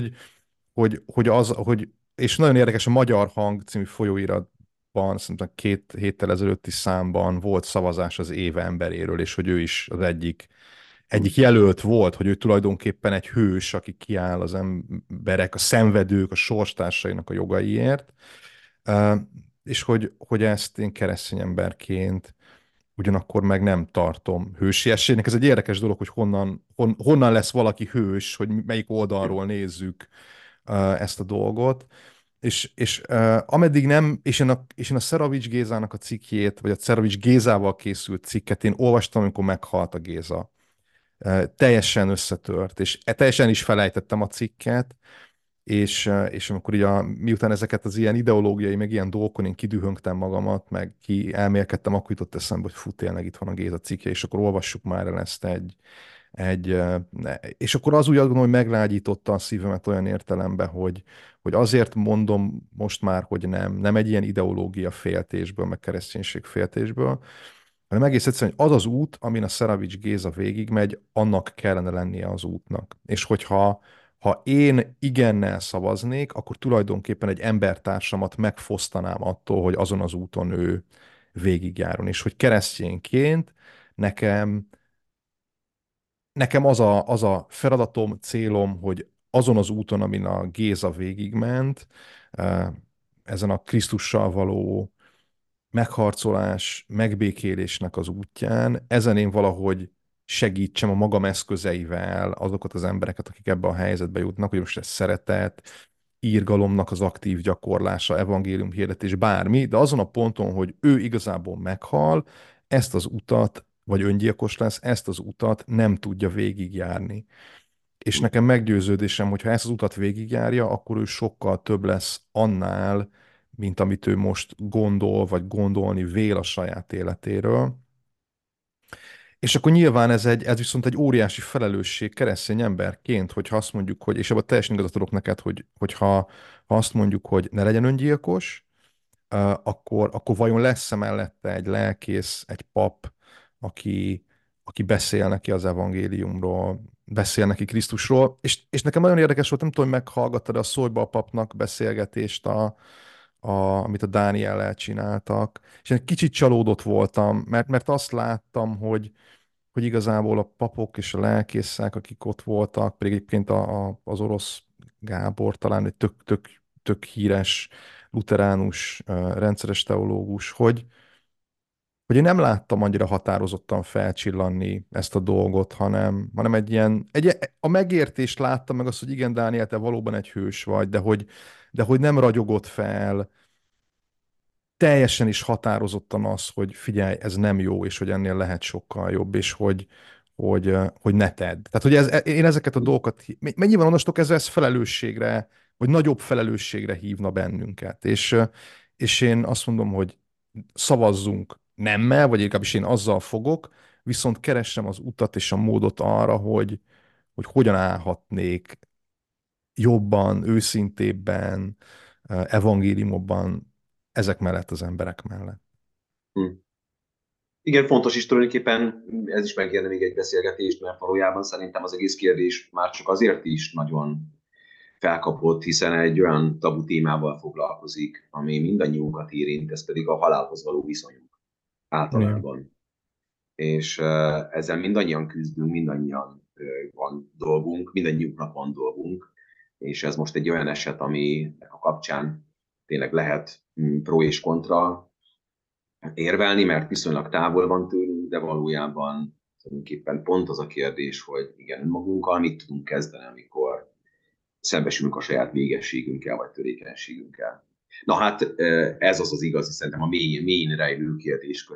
hogy és nagyon érdekes, a Magyar Hang című folyóiratban, szerintem 2 héttel ezelőtti számban volt szavazás az éve emberéről, és hogy ő is az egyik jelölt volt, hogy ő tulajdonképpen egy hős, aki kiáll az emberek, a szenvedők, a sorstársainak a jogaiért, és hogy ezt én keresztény emberként ugyanakkor meg nem tartom hősiességnek. Ez egy érdekes dolog, hogy honnan lesz valaki hős, hogy melyik oldalról nézzük ezt a dolgot. És ameddig nem, és én a Szeravics Gézának a cikkjét, vagy a Szeravics Gézával készült cikket én olvastam, amikor meghalt a Géza. Teljesen összetört, és teljesen is felejtettem a cikket, és amikor így miután ezeket az ilyen ideológiai, meg ilyen dolgokon én kidühöngtem magamat, meg ki elmélkedtem, akkor jutott eszembe, hogy fú, tényleg itt van a Géza cikkje, és akkor olvassuk már el ezt és akkor az úgy azt gondolom, hogy meglágyította a szívemet olyan értelemben, hogy azért mondom most már, hogy nem egy ilyen ideológia féltésből, meg kereszténység féltésből, hanem egész egyszerűen, hogy az az út, amin a Szeravics Géza végigmegy, annak kellene lennie az útnak. És ha én igennel szavaznék, akkor tulajdonképpen egy embertársamat megfosztanám attól, hogy azon az úton ő végigjárjon. És hogy keresztényként nekem nekem az a feladatom, célom, hogy azon az úton, amin a Géza végigment, ezen a Krisztussal való megharcolás, megbékélésnek az útján, ezen én valahogy segítsem a magam eszközeivel azokat az embereket, akik ebbe a helyzetbe jutnak, hogy most ez szeretet, írgalomnak az aktív gyakorlása, evangélium hirdetés, bármi, de azon a ponton, hogy ő igazából meghal, ezt az utat, vagy öngyilkos lesz, ezt az utat nem tudja végigjárni. És nekem meggyőződésem, hogy ha ezt az utat végigjárja, akkor ő sokkal több lesz annál, mint amit ő most gondol, vagy gondolni vél a saját életéről. És akkor nyilván ez viszont egy óriási felelősség keresztény emberként, hogyha azt mondjuk, hogy, és ebben teljesen igazat adok neked, ha azt mondjuk, hogy ne legyen öngyilkos, akkor vajon lesz-e mellette egy lelkész, egy pap, aki, aki beszél neki az evangéliumról, beszél neki Krisztusról, és nekem nagyon érdekes volt, nem tudom, hogy meghallgattad a Szoljba a papnak beszélgetést, amit a Dániellel csináltak, és egy kicsit csalódott voltam, mert azt láttam, hogy igazából a papok és a lelkészek, akik ott voltak, pedig egyébként az orosz Gábor talán egy tök híres luteránus, rendszeres teológus, hogy én nem láttam annyira határozottan felcsillanni ezt a dolgot, hanem a megértést láttam, meg azt, hogy igen, Dániel, te valóban egy hős vagy, de hogy nem ragyogott fel, teljesen is határozottan az, hogy figyelj, ez nem jó, és hogy ennél lehet sokkal jobb, és hogy ne tedd. Tehát, hogy én ezeket a dolgokat, mennyiben onnastok ez felelősségre, vagy nagyobb felelősségre hívna bennünket. És én azt mondom, hogy szavazzunk nemmel, vagy legalábbis én azzal fogok, viszont keressem az utat és a módot arra, hogy hogyan állhatnék jobban, őszintébben, evangéliumokban ezek mellett az emberek mellett.
Hm. Igen, fontos is tulajdonképpen, ez is megérne még egy beszélgetést, mert valójában szerintem az egész kérdés már csak azért is nagyon felkapott, hiszen egy olyan tabu témával foglalkozik, ami mindannyiunkat érint, ez pedig a halálhoz való viszonyunk
Igen.
általában. És ezzel mindannyian küzdünk, mindannyian van dolgunk, mindannyiunknak van dolgunk, és ez most egy olyan eset, ami a kapcsán tényleg lehet pro és kontra érvelni, mert viszonylag távol van tőlünk, de valójában tulajdonképpen pont az a kérdés, hogy igen, önmagunkkal mit tudunk kezdeni, amikor szembesülünk a saját végességünkkel, vagy törékenységünkkel. Na hát ez az az igazi, szerintem a mélyén rejlő kérdéskör,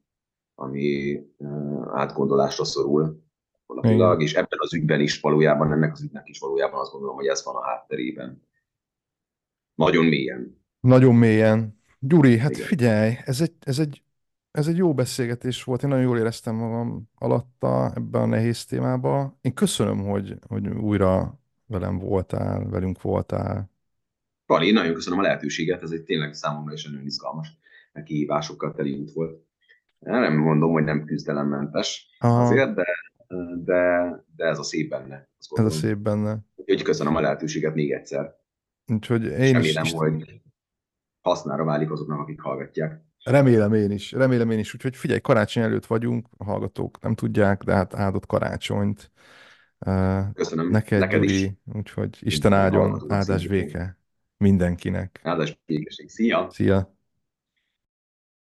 ami átgondolásra szorul
Igen.
gyakorlatilag, és ebben az ügyben is valójában, ennek az ügynek is valójában azt gondolom, hogy ez van a hátterében. Nagyon mélyen.
Nagyon mélyen. Gyuri, hát
Igen.
figyelj, ez egy jó beszélgetés volt. Én nagyon jól éreztem magam alatta ebben a nehéz témában. Én köszönöm, hogy újra velünk voltál.
Pali, én nagyon köszönöm a lehetőséget, ez egy tényleg számomra is nagyon izgalmas, kihívásokkal teli út volt. Nem mondom, hogy nem küzdelemmentes
Aha,
azért, de ez a szép benne, azt
ez a
gondolom.
szép benne.
Úgyhogy köszönöm a lehetőséget még egyszer,
Úgyhogy
és
én is
remélem, hogy hasznára válik azoknak, akik hallgatják.
remélem én is. Úgyhogy figyelj, karácsony előtt vagyunk, a hallgatók nem tudják, de hát áldott karácsonyt.
Köszönöm
Neked,
neked is,
Gyuri, úgyhogy Isten
minden
áldjon,
hallgatónak
áldás
szintén.
béke mindenkinek.
Áldás békesség. Szia!
Szia!